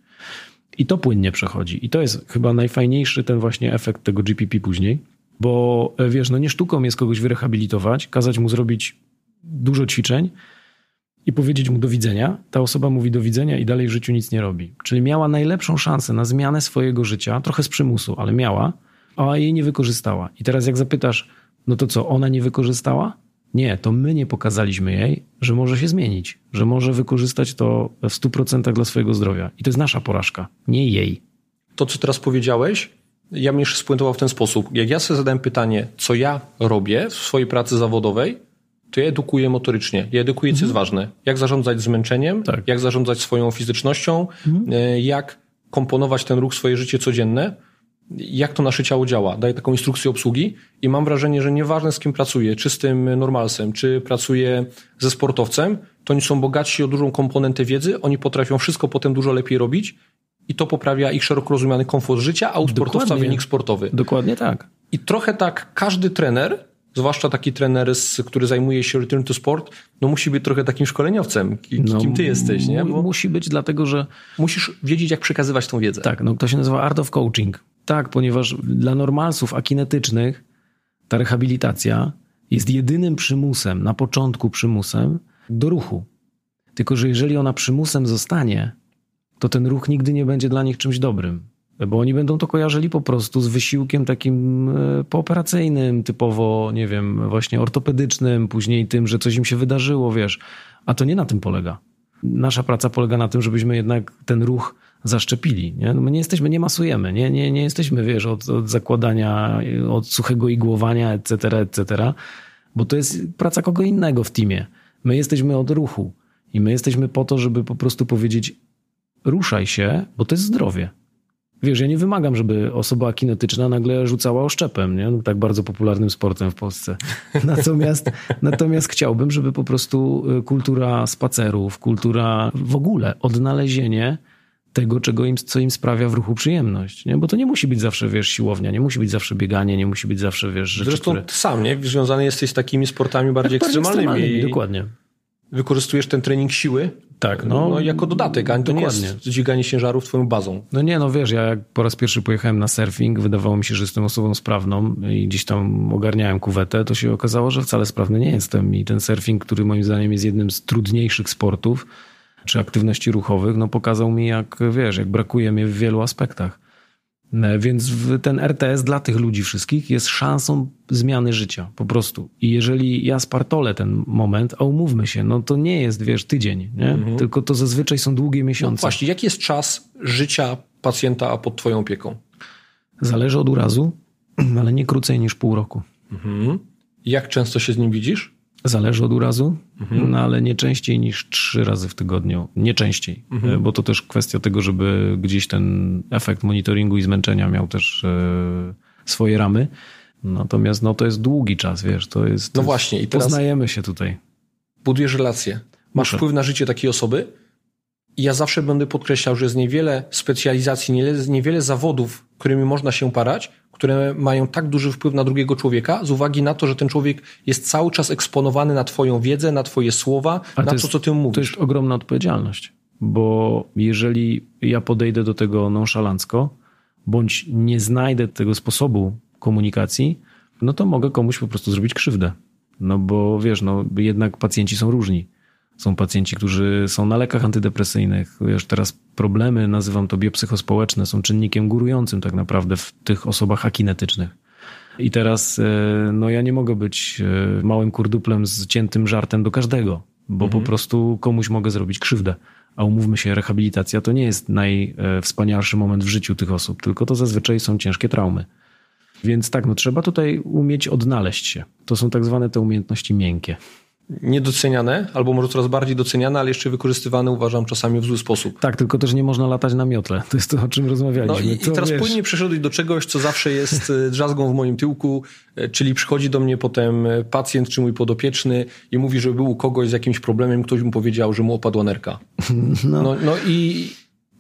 I to płynnie przechodzi. I to jest chyba najfajniejszy ten właśnie efekt tego G P P później, bo wiesz, no nie sztuką jest kogoś wyrehabilitować, kazać mu zrobić dużo ćwiczeń i powiedzieć mu do widzenia. Ta osoba mówi do widzenia i dalej w życiu nic nie robi. Czyli miała najlepszą szansę na zmianę swojego życia, trochę z przymusu, ale miała, a jej nie wykorzystała. I teraz jak zapytasz, no to co, ona nie wykorzystała? Nie, to my nie pokazaliśmy jej, że może się zmienić, że może wykorzystać to w stu procentach dla swojego zdrowia. I to jest nasza porażka, nie jej.
To, co teraz powiedziałeś, ja bym jeszcze spuentował w ten sposób. Jak ja sobie zadałem pytanie, co ja robię w swojej pracy zawodowej, to ja edukuję motorycznie. Ja edukuję, co mhm. jest ważne. Jak zarządzać zmęczeniem, tak. jak zarządzać swoją fizycznością, mhm. jak komponować ten ruch w swoje życie codzienne, jak to nasze ciało działa. Daję taką instrukcję obsługi i mam wrażenie, że nieważne z kim pracuję, czy z tym normalsem, czy pracuję ze sportowcem, to oni są bogatsi o dużą komponentę wiedzy, oni potrafią wszystko potem dużo lepiej robić i to poprawia ich szeroko rozumiany komfort życia, a u sportowca Dokładnie. wynik sportowy.
Dokładnie tak.
I trochę tak każdy trener, zwłaszcza taki trener, który zajmuje się return to sport, no musi być trochę takim szkoleniowcem, kim no, ty jesteś, nie? Bo
musi być, dlatego że
musisz wiedzieć, jak przekazywać tą wiedzę.
Tak, no to się nazywa art of coaching. Tak, ponieważ dla normalsów akinetycznych ta rehabilitacja jest jedynym przymusem, na początku przymusem do ruchu. Tylko że jeżeli ona przymusem zostanie, to ten ruch nigdy nie będzie dla nich czymś dobrym. Bo oni będą to kojarzyli po prostu z wysiłkiem takim pooperacyjnym, typowo, nie wiem, właśnie ortopedycznym, później tym, że coś im się wydarzyło, wiesz. A to nie na tym polega. Nasza praca polega na tym, żebyśmy jednak ten ruch zaszczepili. Nie? No my nie jesteśmy, nie masujemy, nie, nie, nie jesteśmy, wiesz, od, od zakładania, od suchego igłowania, et cetera, et cetera, bo to jest praca kogo innego w teamie. My jesteśmy od ruchu i my jesteśmy po to, żeby po prostu powiedzieć ruszaj się, bo to jest zdrowie. Wiesz, ja nie wymagam, żeby osoba kinetyczna nagle rzucała oszczepem, nie? No, tak bardzo popularnym sportem w Polsce. Natomiast, natomiast chciałbym, żeby po prostu kultura spacerów, kultura w ogóle, odnalezienie tego, czego im, co im sprawia w ruchu przyjemność. Nie? Bo to nie musi być zawsze, wiesz, siłownia, nie musi być zawsze bieganie, nie musi być zawsze, wiesz, rzeczy,
Zresztą
które...
ty sam, nie? Związany jesteś z takimi sportami bardziej
tak,
ekstremalnymi.
ekstremalnymi i... Dokładnie.
Wykorzystujesz ten trening siły
tak, no,
no, jako dodatek, a to dokładnie. Nie jest dźwiganie ciężarów twoją bazą.
No nie, no wiesz, ja jak po raz pierwszy pojechałem na surfing, wydawało mi się, że jestem osobą sprawną i gdzieś tam ogarniałem kuwetę, to się okazało, że wcale sprawny nie jestem i ten surfing, który moim zdaniem jest jednym z trudniejszych sportów czy aktywności ruchowych, no pokazał mi, jak wiesz, jak brakuje mnie w wielu aspektach. Więc ten R T S dla tych ludzi wszystkich jest szansą zmiany życia, po prostu. I jeżeli ja spartolę ten moment, a umówmy się, no to nie jest, wiesz, tydzień, nie? Mhm. Tylko to zazwyczaj są długie miesiące.
No właśnie, jaki jest czas życia pacjenta pod twoją opieką?
Zależy od urazu, ale nie krócej niż pół roku.
Mhm. Jak często się z nim widzisz?
Zależy od urazu, mhm. no ale nie częściej niż trzy razy w tygodniu. Nie częściej, mhm. bo to też kwestia tego, żeby gdzieś ten efekt monitoringu i zmęczenia miał też e, swoje ramy. Natomiast no, to jest długi czas, wiesz, to jest...
No właśnie. I teraz
poznajemy się tutaj.
Budujesz relacje. Masz Muszę. wpływ na życie takiej osoby i ja zawsze będę podkreślał, że jest niewiele specjalizacji, niewiele zawodów, którymi można się parać, które mają tak duży wpływ na drugiego człowieka z uwagi na to, że ten człowiek jest cały czas eksponowany na twoją wiedzę, na twoje słowa,
Ale
na to,
jest,
co ty mu mówisz.
To jest ogromna odpowiedzialność, bo jeżeli ja podejdę do tego nonszalancko, bądź nie znajdę tego sposobu komunikacji, no to mogę komuś po prostu zrobić krzywdę. No bo wiesz, no jednak pacjenci są różni. Są pacjenci, którzy są na lekach antydepresyjnych. Wiesz, teraz problemy, nazywam to biopsychospołeczne, są czynnikiem górującym tak naprawdę w tych osobach akinetycznych. I teraz no ja nie mogę być małym kurduplem z ciętym żartem do każdego, bo mhm. po prostu komuś mogę zrobić krzywdę. A umówmy się, rehabilitacja to nie jest najwspanialszy moment w życiu tych osób, tylko to zazwyczaj są ciężkie traumy. Więc tak, no trzeba tutaj umieć odnaleźć się. To są tak zwane te umiejętności miękkie.
Niedoceniane, albo może coraz bardziej doceniane, ale jeszcze wykorzystywane, uważam, czasami w zły sposób.
Tak, tylko też nie można latać na miotle. To jest to, o czym rozmawialiśmy.
No i,
to,
i teraz
wiesz...
płynnie przeszedłeś do czegoś, co zawsze jest drzazgą w moim tyłku, czyli przychodzi do mnie potem pacjent czy mój podopieczny i mówi, że był u kogoś z jakimś problemem, ktoś mu powiedział, że mu opadła nerka. No, no, no i... I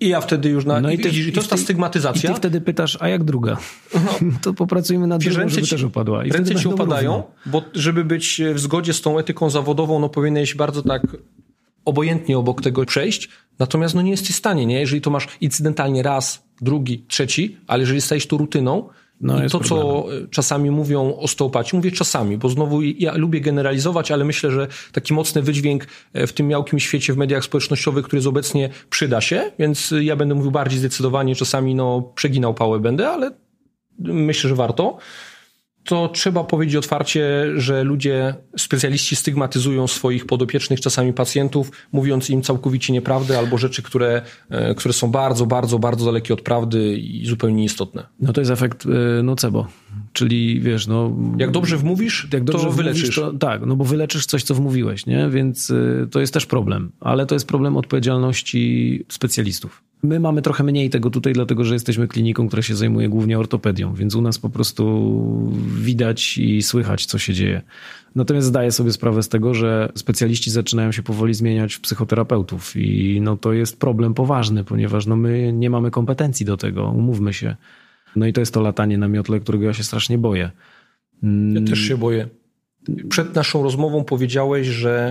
I ja wtedy już na...
No i, ty,
i, i to jest ta stygmatyzacja.
I ty wtedy pytasz, a jak druga? No. To popracujmy nad drugą, żeby ci, też upadła. I
ręce ci upadają, bo żeby być w zgodzie z tą etyką zawodową, no powinieneś bardzo tak obojętnie obok tego przejść, natomiast no nie jesteś w stanie, nie? Jeżeli to masz incydentalnie raz, drugi, trzeci, ale jeżeli stajesz tu rutyną, no i to, problem. Co czasami mówią osteopaci, mówię czasami, bo znowu ja lubię generalizować, ale myślę, że taki mocny wydźwięk w tym miałkim świecie w mediach społecznościowych, który jest obecnie, przyda się, więc ja będę mówił bardziej zdecydowanie, czasami no przeginał pałę będę, ale myślę, że warto. To trzeba powiedzieć otwarcie, że ludzie, specjaliści stygmatyzują swoich podopiecznych, czasami pacjentów, mówiąc im całkowicie nieprawdę albo rzeczy, które, które są bardzo, bardzo, bardzo dalekie od prawdy i zupełnie nieistotne.
No to jest efekt nocebo, czyli wiesz, no...
Jak dobrze wmówisz, jak dobrze to wyleczysz. Wmówisz, to,
tak, no bo wyleczysz coś, co wmówiłeś, nie? Więc to jest też problem, ale to jest problem odpowiedzialności specjalistów. My mamy trochę mniej tego tutaj, dlatego że jesteśmy kliniką, która się zajmuje głównie ortopedią, więc u nas po prostu widać i słychać, co się dzieje. Natomiast zdaję sobie sprawę z tego, że specjaliści zaczynają się powoli zmieniać w psychoterapeutów i no to jest problem poważny, ponieważ no my nie mamy kompetencji do tego, umówmy się. No i to jest to latanie na miotle, którego ja się strasznie boję.
Ja też się boję. Przed naszą rozmową powiedziałeś, że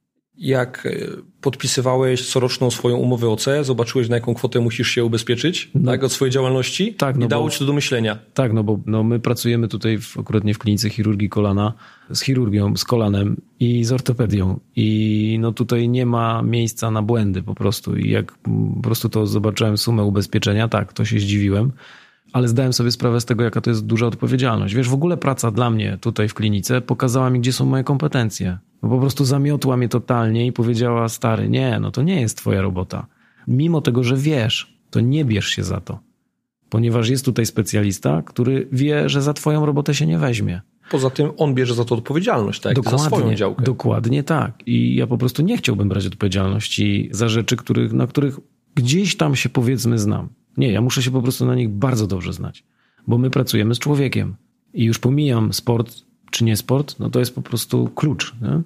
jak podpisywałeś coroczną swoją umowę O C, zobaczyłeś, na jaką kwotę musisz się ubezpieczyć, no, tak, od swojej działalności, tak, no i dało bo, ci to do myślenia.
Tak, no bo no my pracujemy tutaj w, akurat nie w klinice chirurgii kolana, z chirurgią, z kolanem i z ortopedią i no tutaj nie ma miejsca na błędy po prostu i jak po prostu to zobaczyłem sumę ubezpieczenia, tak, to się zdziwiłem. Ale zdałem sobie sprawę z tego, jaka to jest duża odpowiedzialność. Wiesz, w ogóle praca dla mnie tutaj w klinice pokazała mi, gdzie są moje kompetencje. No po prostu zamiotła mnie totalnie i powiedziała, stary, nie, no to nie jest twoja robota. Mimo tego, że wiesz, to nie bierz się za to. Ponieważ jest tutaj specjalista, który wie, że za twoją robotę się nie weźmie.
Poza tym on bierze za to odpowiedzialność, tak?
Dokładnie,
za swoją działkę.
Dokładnie tak. I ja po prostu nie chciałbym brać odpowiedzialności za rzeczy, których, na których gdzieś tam się powiedzmy znam. Nie, ja muszę się po prostu na nich bardzo dobrze znać, bo my pracujemy z człowiekiem i już pomijam sport czy nie sport, no to jest po prostu klucz. Nie?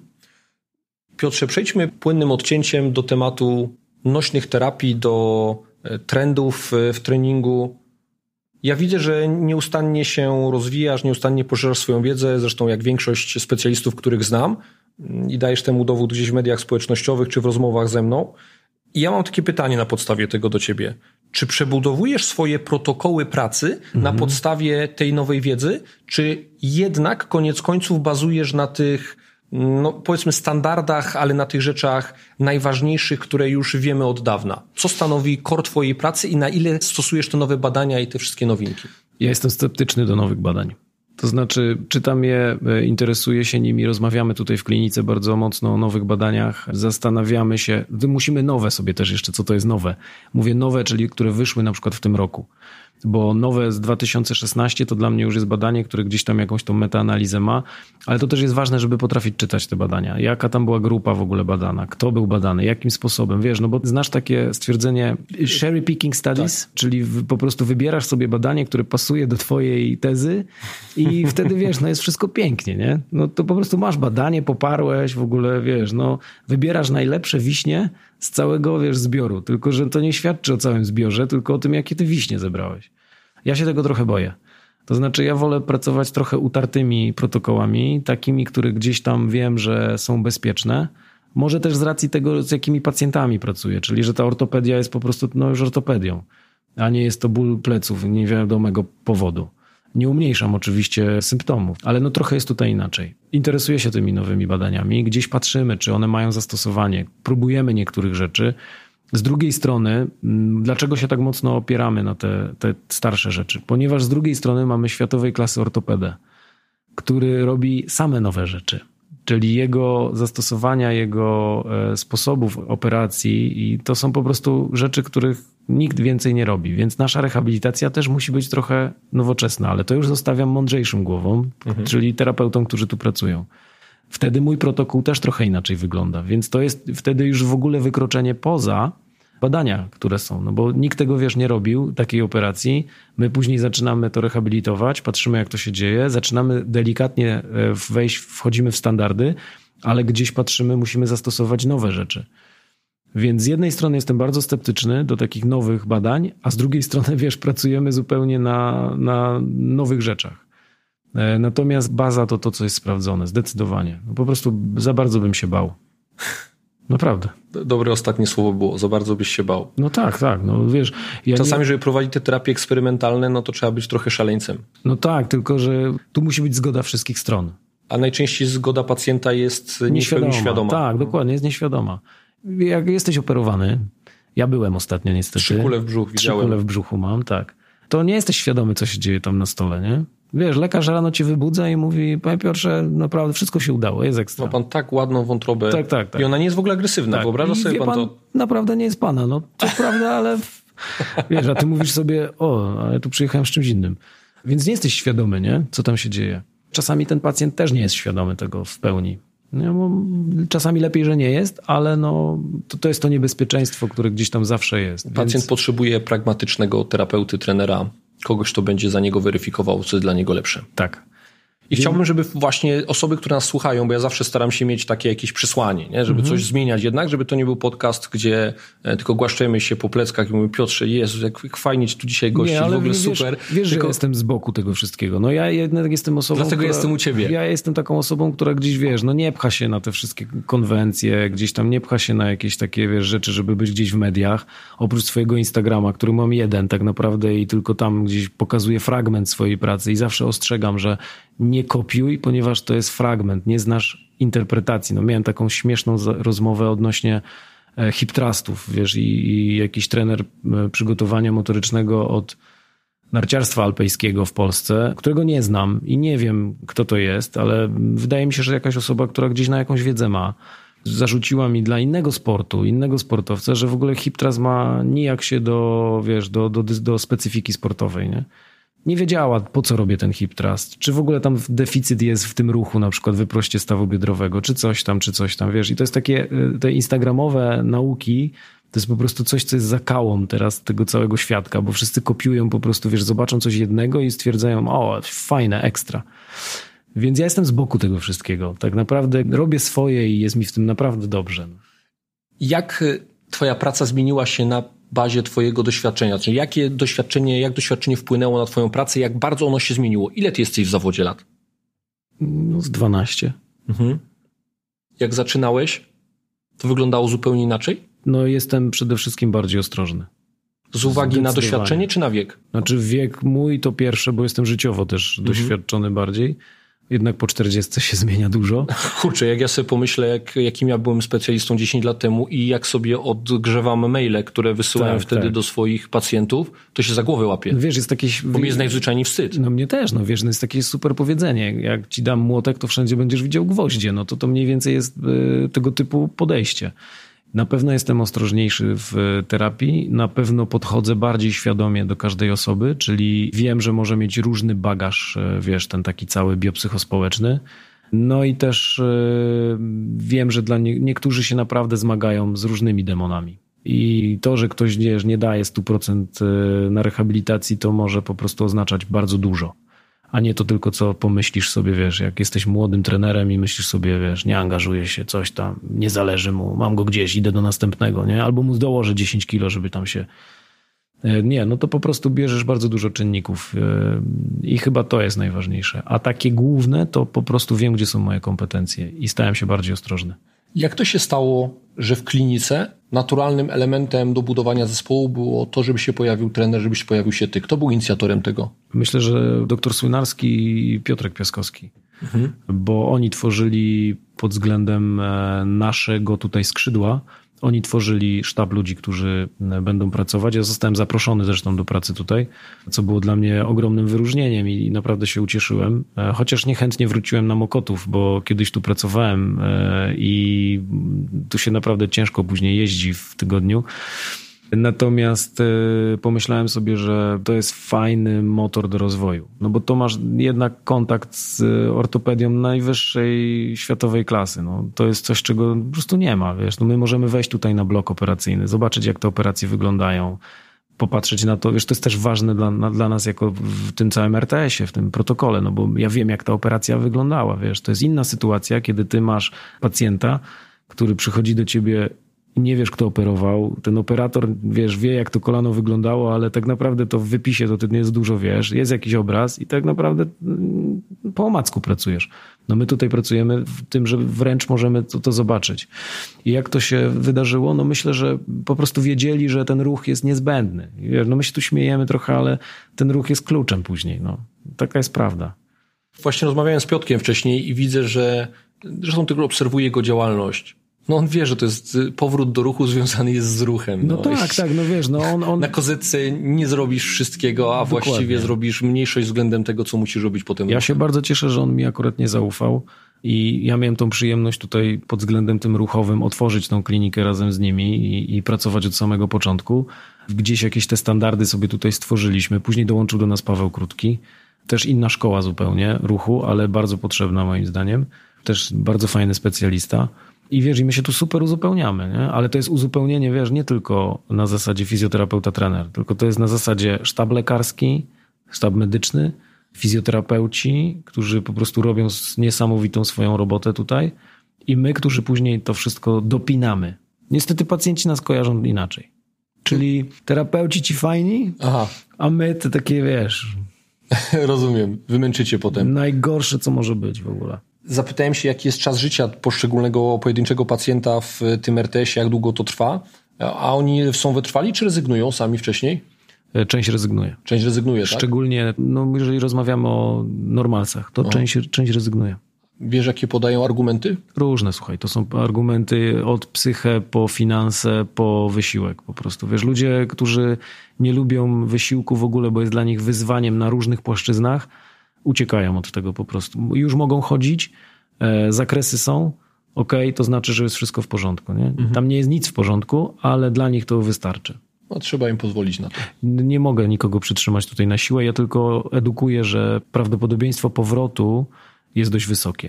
Piotrze, przejdźmy płynnym odcięciem do tematu nośnych terapii, do trendów w treningu. Ja widzę, że nieustannie się rozwijasz, nieustannie poszerzasz swoją wiedzę, zresztą jak większość specjalistów, których znam i dajesz temu dowód gdzieś w mediach społecznościowych czy w rozmowach ze mną. I ja mam takie pytanie na podstawie tego do ciebie. Czy przebudowujesz swoje protokoły pracy mhm. na podstawie tej nowej wiedzy, czy jednak koniec końców bazujesz na tych, no powiedzmy standardach, ale na tych rzeczach najważniejszych, które już wiemy od dawna? Co stanowi core twojej pracy i na ile stosujesz te nowe badania i te wszystkie nowinki?
Ja jestem sceptyczny do nowych badań. To znaczy, czytam je, interesuję się nimi, rozmawiamy tutaj w klinice bardzo mocno o nowych badaniach, zastanawiamy się, musimy nowe sobie też jeszcze, co to jest nowe. Mówię nowe, czyli które wyszły na przykład w tym roku. Bo nowe z dwa tysiące szesnastego to dla mnie już jest badanie, które gdzieś tam jakąś tą metaanalizę ma, ale to też jest ważne, żeby potrafić czytać te badania. Jaka tam była grupa w ogóle badana, kto był badany, jakim sposobem, wiesz, no bo znasz takie stwierdzenie cherry picking studies, tak. Czyli po prostu wybierasz sobie badanie, które pasuje do twojej tezy i wtedy wiesz, no jest wszystko pięknie, nie? No to po prostu masz badanie, poparłeś w ogóle, wiesz, no wybierasz najlepsze wiśnie z całego, wiesz, zbioru. Tylko, że to nie świadczy o całym zbiorze, tylko o tym, jakie ty wiśnie zebrałeś. Ja się tego trochę boję. To znaczy, ja wolę pracować trochę utartymi protokołami, takimi, które gdzieś tam wiem, że są bezpieczne. Może też z racji tego, z jakimi pacjentami pracuję, czyli że ta ortopedia jest po prostu no już ortopedią, a nie jest to ból pleców niewiadomego powodu. Nie umniejszam oczywiście symptomów, ale no trochę jest tutaj inaczej. Interesuję się tymi nowymi badaniami, gdzieś patrzymy, czy one mają zastosowanie, próbujemy niektórych rzeczy. Z drugiej strony, dlaczego się tak mocno opieramy na te, te starsze rzeczy? Ponieważ z drugiej strony mamy światowej klasy ortopedę, który robi same nowe rzeczy. Czyli jego zastosowania, jego sposobów operacji i to są po prostu rzeczy, których nikt więcej nie robi. Więc nasza rehabilitacja też musi być trochę nowoczesna, ale to już zostawiam mądrzejszym głową, mhm. czyli terapeutom, którzy tu pracują. Wtedy mój protokół też trochę inaczej wygląda, więc to jest wtedy już w ogóle wykroczenie poza badania, które są, no bo nikt tego, wiesz, nie robił, takiej operacji. My później zaczynamy to rehabilitować, patrzymy, jak to się dzieje, zaczynamy delikatnie wejść, wchodzimy w standardy, ale gdzieś patrzymy, musimy zastosować nowe rzeczy. Więc z jednej strony jestem bardzo sceptyczny do takich nowych badań, a z drugiej strony, wiesz, pracujemy zupełnie na, na nowych rzeczach. Natomiast baza to to, co jest sprawdzone, zdecydowanie. No po prostu za bardzo bym się bał. Naprawdę.
Dobre ostatnie słowo było, za bardzo byś się bał.
No tak, tak. No wiesz, ja
Czasami,
nie...
żeby prowadzić te terapie eksperymentalne, no to trzeba być trochę szaleńcem.
No tak, tylko że tu musi być zgoda wszystkich stron.
A najczęściej zgoda pacjenta jest nieświadoma. nieświadoma.
Tak, dokładnie, jest nieświadoma. Jak jesteś operowany, ja byłem ostatnio niestety.
Trzy kule w brzuch widziałem.
Trzy kule w brzuchu mam, tak. To nie jesteś świadomy, co się dzieje tam na stole, nie? Wiesz, lekarz rano cię wybudza i mówi, panie Piotrze, naprawdę wszystko się udało, jest ekstra.
Ma pan tak ładną wątrobę.
Tak, tak, tak.
I ona nie jest w ogóle agresywna.
Tak.
Wyobraża
I
sobie
pan,
pan to?
Naprawdę nie jest pana, no to prawda, ale wiesz, a ty mówisz sobie, o, ale tu przyjechałem z czymś innym. Więc nie jesteś świadomy, nie? Co tam się dzieje. Czasami ten pacjent też nie jest świadomy tego w pełni. No, bo czasami lepiej, że nie jest, ale no, to, to jest to niebezpieczeństwo, które gdzieś tam zawsze jest.
Pacjent
Więc...
potrzebuje pragmatycznego terapeuty, trenera, kogoś, kto będzie za niego weryfikował, co jest dla niego lepsze.
Tak.
I chciałbym, żeby właśnie osoby, które nas słuchają, bo ja zawsze staram się mieć takie jakieś przesłanie, nie? Żeby mhm. coś zmieniać jednak, żeby to nie był podcast, gdzie tylko głaszczemy się po pleckach i mówimy, Piotrze, Jezu, jak fajnie ci tu dzisiaj gościć, nie, ale w ogóle wiesz, super.
Wiesz,
tylko...
że jestem z boku tego wszystkiego. No ja jednak jestem osobą,
Dlatego
która,
jestem u ciebie.
Ja jestem taką osobą, która gdzieś, wiesz, no nie pcha się na te wszystkie konwencje, gdzieś tam nie pcha się na jakieś takie, wiesz, rzeczy, żeby być gdzieś w mediach. Oprócz swojego Instagrama, który mam jeden tak naprawdę i tylko tam gdzieś pokazuję fragment swojej pracy i zawsze ostrzegam, że nie kopiuj, ponieważ to jest fragment, nie znasz interpretacji. No miałem taką śmieszną rozmowę odnośnie hip thrustów, wiesz, i, i jakiś trener przygotowania motorycznego od narciarstwa alpejskiego w Polsce, którego nie znam i nie wiem, kto to jest, ale wydaje mi się, że jakaś osoba, która gdzieś na jakąś wiedzę ma, zarzuciła mi dla innego sportu, innego sportowca, że w ogóle hip thrust ma nijak się do, wiesz, do, do, do specyfiki sportowej, nie? Nie wiedziała, po co robię ten hip thrust, czy w ogóle tam deficyt jest w tym ruchu, na przykład wyproście stawu biodrowego, czy coś tam, czy coś tam, wiesz. I to jest takie, te instagramowe nauki, to jest po prostu coś, co jest zakałą teraz tego całego świadka, bo wszyscy kopiują po prostu, wiesz, zobaczą coś jednego i stwierdzają, o, fajne, ekstra. Więc ja jestem z boku tego wszystkiego. Tak naprawdę robię swoje i jest mi w tym naprawdę dobrze.
Jak twoja praca zmieniła się na bazie twojego doświadczenia? Czyli jakie doświadczenie, jak doświadczenie wpłynęło na twoją pracę? Jak bardzo ono się zmieniło? Ile ty jesteś w zawodzie lat?
No z dwanaście.
Mhm. Jak zaczynałeś, to wyglądało zupełnie inaczej?
No jestem przede wszystkim bardziej ostrożny.
Z uwagi na doświadczenie czy na wiek?
Znaczy wiek mój to pierwsze, bo jestem życiowo też mhm. doświadczony bardziej. Jednak po czterdziestce się zmienia dużo.
Kurczę, jak ja sobie pomyślę, jak, jakim ja byłem specjalistą dziesięć lat temu i jak sobie odgrzewam maile, które wysyłałem tak, wtedy tak. do swoich pacjentów, to się za głowę łapie.
Wiesz, jest takie...
Bo mi jest najzwyczajniej wstyd.
No mnie też, no wiesz, no jest takie super powiedzenie. Jak ci dam młotek, to wszędzie będziesz widział gwoździe. No to to mniej więcej jest y, tego typu podejście. Na pewno jestem ostrożniejszy w terapii, na pewno podchodzę bardziej świadomie do każdej osoby, czyli wiem, że może mieć różny bagaż, wiesz, ten taki cały biopsychospołeczny. No i też wiem, że dla nie, niektórzy się naprawdę zmagają z różnymi demonami. I to, że ktoś wiesz, nie daje stu procent na rehabilitacji, to może po prostu oznaczać bardzo dużo. A nie to tylko, co pomyślisz sobie, wiesz, jak jesteś młodym trenerem i myślisz sobie, wiesz, nie angażuje się, coś tam, nie zależy mu, mam go gdzieś, idę do następnego, nie? Albo mu dołożę dziesięć kilo, żeby tam się... Nie, no to po prostu bierzesz bardzo dużo czynników i chyba to jest najważniejsze. A takie główne, to po prostu wiem, gdzie są moje kompetencje i stałem się bardziej ostrożny. Jak to się stało, że w klinice naturalnym elementem do budowania zespołu było to, żeby się pojawił trener, żebyś pojawił się ty? Kto był inicjatorem tego? Myślę, że doktor Słynarski i Piotrek Piaskowski. Mhm. Bo oni tworzyli pod względem naszego tutaj skrzydła, oni tworzyli sztab ludzi, którzy będą pracować. Ja zostałem zaproszony zresztą do pracy tutaj, co było dla mnie ogromnym wyróżnieniem i naprawdę się ucieszyłem. Chociaż niechętnie wróciłem na Mokotów, bo kiedyś tu pracowałem i tu się naprawdę ciężko później jeździ w tygodniu. Natomiast pomyślałem sobie, że to jest fajny motor do rozwoju. No bo to masz jednak kontakt z ortopedią najwyższej światowej klasy. No, to jest coś, czego po prostu nie ma. Wiesz? No my możemy wejść tutaj na blok operacyjny, zobaczyć, jak te operacje wyglądają, popatrzeć na to. Wiesz, to jest też ważne dla, na, dla nas jako w tym całym er te esie, w tym protokole, no bo ja wiem, jak ta operacja wyglądała. Wiesz? To jest inna sytuacja, kiedy ty masz pacjenta, który przychodzi do ciebie nie wiesz, kto operował. Ten operator, wiesz, wie, jak to kolano wyglądało, ale tak naprawdę to w wypisie to ty nie jest dużo, wiesz. Jest jakiś obraz i tak naprawdę po omacku pracujesz. No my tutaj pracujemy w tym, że wręcz możemy to, to zobaczyć. I jak to się wydarzyło? No myślę, że po prostu wiedzieli, że ten ruch jest niezbędny. I wiesz, no my się tu śmiejemy trochę, ale ten ruch jest kluczem później. No. Taka jest prawda.
Właśnie rozmawiałem z Piotrkiem wcześniej i widzę, że zresztą tylko obserwuję jego działalność. No on wie, że to jest powrót do ruchu związany jest z ruchem.
No,
no
tak, tak, no wiesz, no on... on...
Na kozetce nie zrobisz wszystkiego, a Dokładnie. Właściwie zrobisz mniejszość względem tego, co musisz robić potem.
Ja się bardzo cieszę, że on mi akurat nie zaufał i ja miałem tą przyjemność tutaj pod względem tym ruchowym otworzyć tą klinikę razem z nimi i, i pracować od samego początku. Gdzieś jakieś te standardy sobie tutaj stworzyliśmy. Później dołączył do nas Paweł Krótki. Też inna szkoła zupełnie ruchu, ale bardzo potrzebna moim zdaniem. Też bardzo fajny specjalista. I wiesz, i my się tu super uzupełniamy, nie? Ale to jest uzupełnienie, wiesz, nie tylko na zasadzie fizjoterapeuta-trener, tylko to jest na zasadzie sztab lekarski, sztab medyczny, fizjoterapeuci, którzy po prostu robią niesamowitą swoją robotę tutaj i my, którzy później to wszystko dopinamy. Niestety pacjenci nas kojarzą inaczej. Czyli terapeuci ci fajni, Aha. a my to takie, wiesz...
Rozumiem, wymęczycie potem.
Najgorsze, co może być w ogóle.
Zapytałem się, jaki jest czas życia poszczególnego pojedynczego pacjenta w tym er te esie, jak długo to trwa, a oni są wytrwali, czy rezygnują sami wcześniej?
Część rezygnuje.
Część rezygnuje, tak?
Szczególnie, no, jeżeli rozmawiamy o normalsach, to część, część rezygnuje.
Wiesz, jakie podają argumenty?
Różne, słuchaj. To są argumenty od psychę po finanse, po wysiłek po prostu. Wiesz, ludzie, którzy nie lubią wysiłku w ogóle, bo jest dla nich wyzwaniem na różnych płaszczyznach, uciekają od tego po prostu. Już mogą chodzić, e, zakresy są, okej, to znaczy, że jest wszystko w porządku. Nie? Mhm. Tam nie jest nic w porządku, ale dla nich to wystarczy.
No, trzeba im pozwolić na to.
Nie mogę nikogo przytrzymać tutaj na siłę, ja tylko edukuję, że prawdopodobieństwo powrotu jest dość wysokie.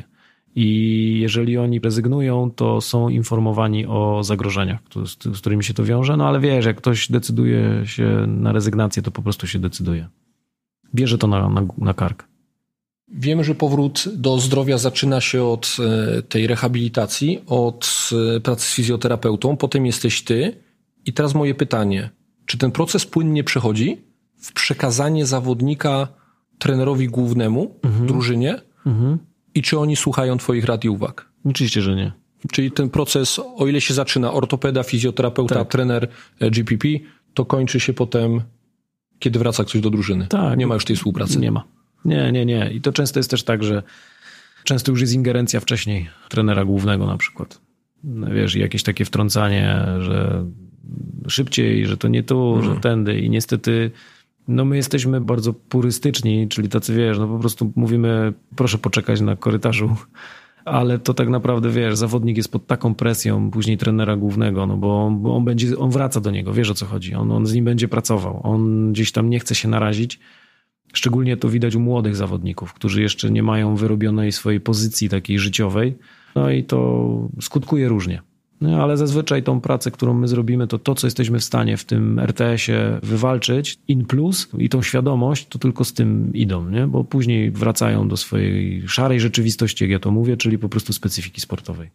I jeżeli oni rezygnują, to są informowani o zagrożeniach, z którymi się to wiąże. No ale wiesz, jak ktoś decyduje się na rezygnację, to po prostu się decyduje. Bierze to na, na, na kark.
Wiemy, że powrót do zdrowia zaczyna się od tej rehabilitacji, od pracy z fizjoterapeutą, potem jesteś ty. I teraz moje pytanie, czy ten proces płynnie przechodzi w przekazanie zawodnika trenerowi głównemu mhm. w drużynie mhm. i czy oni słuchają twoich rad i uwag?
Oczywiście, że nie.
Czyli ten proces, o ile się zaczyna ortopeda, fizjoterapeuta, tak. trener, G P P, to kończy się potem, kiedy wraca ktoś do drużyny.
Tak.
Nie ma już tej współpracy.
Nie ma. Nie, nie, nie. I to często jest też tak, że często już jest ingerencja wcześniej trenera głównego na przykład. Wiesz, jakieś takie wtrącanie, że szybciej, że to nie tu, hmm. że tędy i niestety no my jesteśmy bardzo purystyczni, czyli tacy, wiesz, no po prostu mówimy, proszę poczekać na korytarzu, ale to tak naprawdę, wiesz, zawodnik jest pod taką presją później trenera głównego, no bo on, bo on będzie, on wraca do niego, wiesz o co chodzi, on, on z nim będzie pracował, on gdzieś tam nie chce się narazić. Szczególnie to widać u młodych zawodników, którzy jeszcze nie mają wyrobionej swojej pozycji takiej życiowej. No i to skutkuje różnie. No, ale zazwyczaj tą pracę, którą my zrobimy, to to, co jesteśmy w stanie w tym er te esie wywalczyć, in plus i tą świadomość, to tylko z tym idą, nie? Bo później wracają do swojej szarej rzeczywistości, jak ja to mówię, czyli po prostu specyfiki sportowej.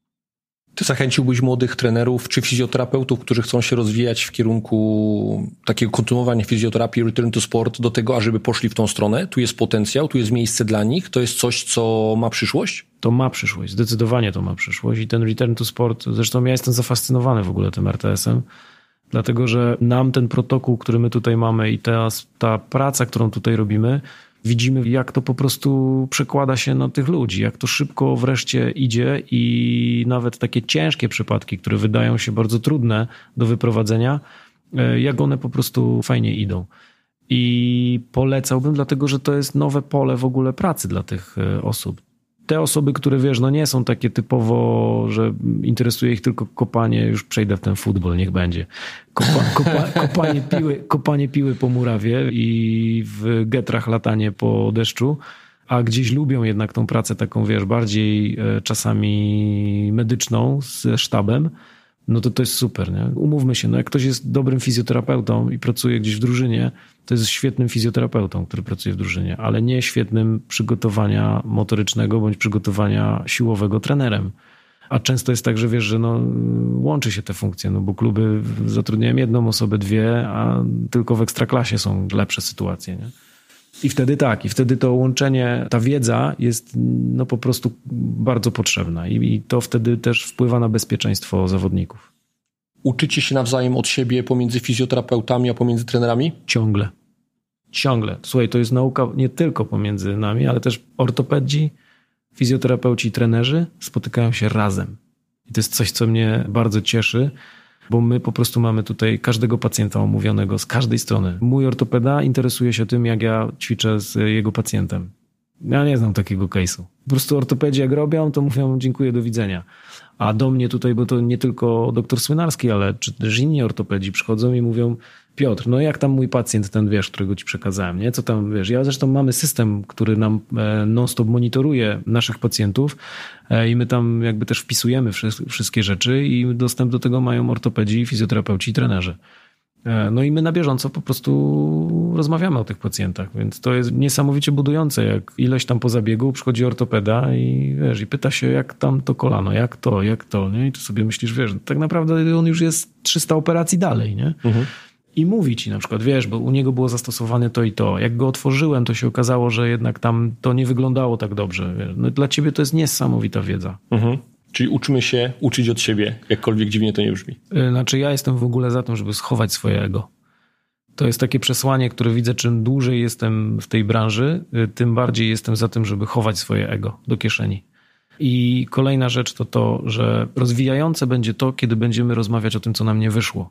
Ty zachęciłbyś młodych trenerów czy fizjoterapeutów, którzy chcą się rozwijać w kierunku takiego kontynuowania fizjoterapii, return to sport, do tego, ażeby poszli w tą stronę? Tu jest potencjał, tu jest miejsce dla nich, to jest coś, co ma przyszłość?
To ma przyszłość, zdecydowanie to ma przyszłość i ten return to sport, zresztą ja jestem zafascynowany w ogóle tym er te esem, dlatego że nam ten protokół, który my tutaj mamy i ta, ta praca, którą tutaj robimy, widzimy, jak to po prostu przekłada się na tych ludzi, jak to szybko wreszcie idzie i nawet takie ciężkie przypadki, które wydają się bardzo trudne do wyprowadzenia, jak one po prostu fajnie idą. I polecałbym, dlatego że to jest nowe pole w ogóle pracy dla tych osób. Te osoby, które wiesz, no nie są takie typowo, że interesuje ich tylko kopanie, już przejdę w ten futbol, niech będzie. Kopa, kopa, kopanie, piły, kopanie piły po murawie i w getrach latanie po deszczu, a gdzieś lubią jednak tą pracę taką, wiesz, bardziej czasami medyczną ze sztabem, no to to jest super, nie? Umówmy się, no jak ktoś jest dobrym fizjoterapeutą i pracuje gdzieś w drużynie, to jest świetnym fizjoterapeutą, który pracuje w drużynie, ale nie świetnym przygotowania motorycznego bądź przygotowania siłowego trenerem. A często jest tak, że wiesz, że no, łączy się te funkcje, no bo kluby zatrudniają jedną osobę, dwie, a tylko w ekstraklasie są lepsze sytuacje, nie? I wtedy tak, i wtedy to łączenie, ta wiedza jest no po prostu bardzo potrzebna i, i to wtedy też wpływa na bezpieczeństwo zawodników.
Uczycie się nawzajem od siebie pomiędzy fizjoterapeutami, a pomiędzy trenerami?
Ciągle. Ciągle. Słuchaj, to jest nauka nie tylko pomiędzy nami, ale też ortopedzi, fizjoterapeuci i trenerzy spotykają się razem. I to jest coś, co mnie bardzo cieszy, bo my po prostu mamy tutaj każdego pacjenta omówionego z każdej strony. Mój ortopeda interesuje się tym, jak ja ćwiczę z jego pacjentem. Ja nie znam takiego case'u. Po prostu ortopedzi jak robią, to mówią dziękuję, do widzenia. A do mnie tutaj, bo to nie tylko doktor Słynarski, ale czy też inni ortopedzi przychodzą i mówią: Piotr, no jak tam mój pacjent, ten wiesz, którego ci przekazałem, nie? Co tam, wiesz? Ja zresztą mamy system, który nam non-stop monitoruje naszych pacjentów i my tam jakby też wpisujemy wszystkie rzeczy i dostęp do tego mają ortopedzi, fizjoterapeuci i trenerzy. No i my na bieżąco po prostu rozmawiamy o tych pacjentach, więc to jest niesamowicie budujące, jak ileś tam po zabiegu przychodzi ortopeda i wiesz, i pyta się, jak tam to kolano, jak to, jak to, nie? I ty sobie myślisz, wiesz, tak naprawdę on już jest trzysta operacji dalej, nie? Mhm. I mówi ci na przykład, wiesz, bo u niego było zastosowane to i to. Jak go otworzyłem, to się okazało, że jednak tam to nie wyglądało tak dobrze. Wiesz. No dla ciebie to jest niesamowita wiedza.
Mhm. Czyli uczymy się uczyć od siebie, jakkolwiek dziwnie to nie brzmi.
Znaczy ja jestem w ogóle za tym, żeby schować swoje ego. To jest takie przesłanie, które widzę, czym dłużej jestem w tej branży, tym bardziej jestem za tym, żeby chować swoje ego do kieszeni. I kolejna rzecz to to, że rozwijające będzie to, kiedy będziemy rozmawiać o tym, co nam nie wyszło,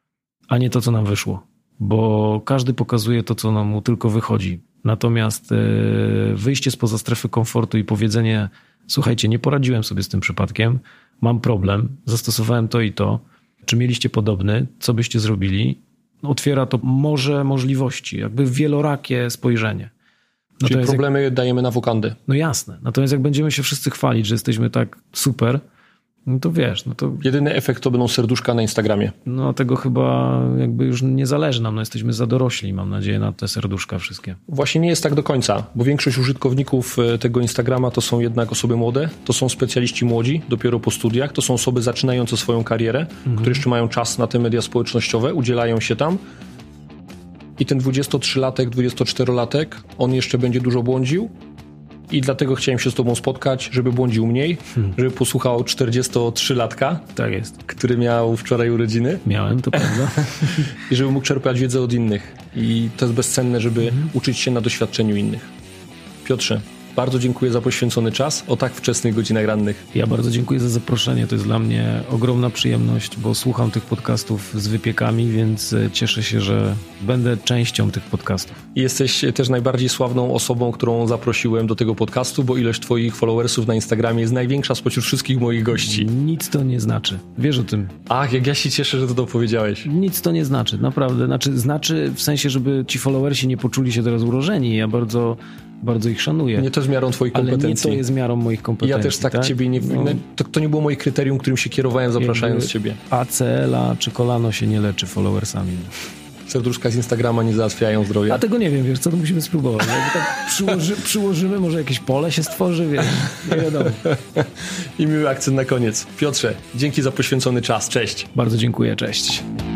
a nie to, co nam wyszło. Bo każdy pokazuje to, co nam mu tylko wychodzi. Natomiast wyjście spoza strefy komfortu i powiedzenie: słuchajcie, nie poradziłem sobie z tym przypadkiem, mam problem, zastosowałem to i to, czy mieliście podobny, co byście zrobili? Otwiera to morze możliwości, jakby wielorakie spojrzenie.
Czyli Natomiast problemy jak... dajemy na wokandę.
No jasne. Natomiast jak będziemy się wszyscy chwalić, że jesteśmy tak super, no to wiesz, no to...
Jedyny efekt to będą serduszka na Instagramie.
No tego chyba jakby już nie zależy nam, no jesteśmy za dorośli, mam nadzieję, na te serduszka wszystkie.
Właśnie nie jest tak do końca, bo większość użytkowników tego Instagrama to są jednak osoby młode, to są specjaliści młodzi, dopiero po studiach, to są osoby zaczynające swoją karierę, mhm. które jeszcze mają czas na te media społecznościowe, udzielają się tam. I ten dwudziestotrzylatek, dwudziestoczterolatek, on jeszcze będzie dużo błądził. I dlatego chciałem się z tobą spotkać, żeby błądził mniej, hmm. żeby posłuchał czterdziestotrzylatka,
tak jest,
który miał wczoraj urodziny.
Miałem, to prawda.
I żeby mógł czerpać wiedzę od innych. I to jest bezcenne, żeby hmm. uczyć się na doświadczeniu innych. Piotrze, bardzo dziękuję za poświęcony czas o tak wczesnych godzinach rannych.
Ja bardzo dziękuję za zaproszenie. To jest dla mnie ogromna przyjemność, bo słucham tych podcastów z wypiekami, więc cieszę się, że będę częścią tych podcastów.
Jesteś też najbardziej sławną osobą, którą zaprosiłem do tego podcastu, bo ilość twoich followersów na Instagramie jest największa spośród wszystkich moich gości.
Nic to nie znaczy. Wiesz o tym.
Ach, jak ja się cieszę, że to dopowiedziałeś.
Nic to nie znaczy, naprawdę. Znaczy, znaczy w sensie, żeby ci followersi nie poczuli się teraz urażeni. Ja bardzo... Bardzo ich szanuję.
Nie to jest miarą twoich kompetencji.
Ale nie to jest miarą moich kompetencji.
Ja też tak,
tak?
ciebie nie... No, to, to nie było moje kryterium, którym się kierowałem, zapraszając ciebie.
A C L a czy kolano się nie leczy followersami.
Serduszka z Instagrama nie załatwiają zdrowia.
A tego nie wiem, wiesz co, to musimy spróbować. Jakby tak przyłoży, przyłożymy, może jakieś pole się stworzy, wiesz, nie wiadomo.
I miły akcent na koniec. Piotrze, dzięki za poświęcony czas. Cześć.
Bardzo dziękuję, cześć.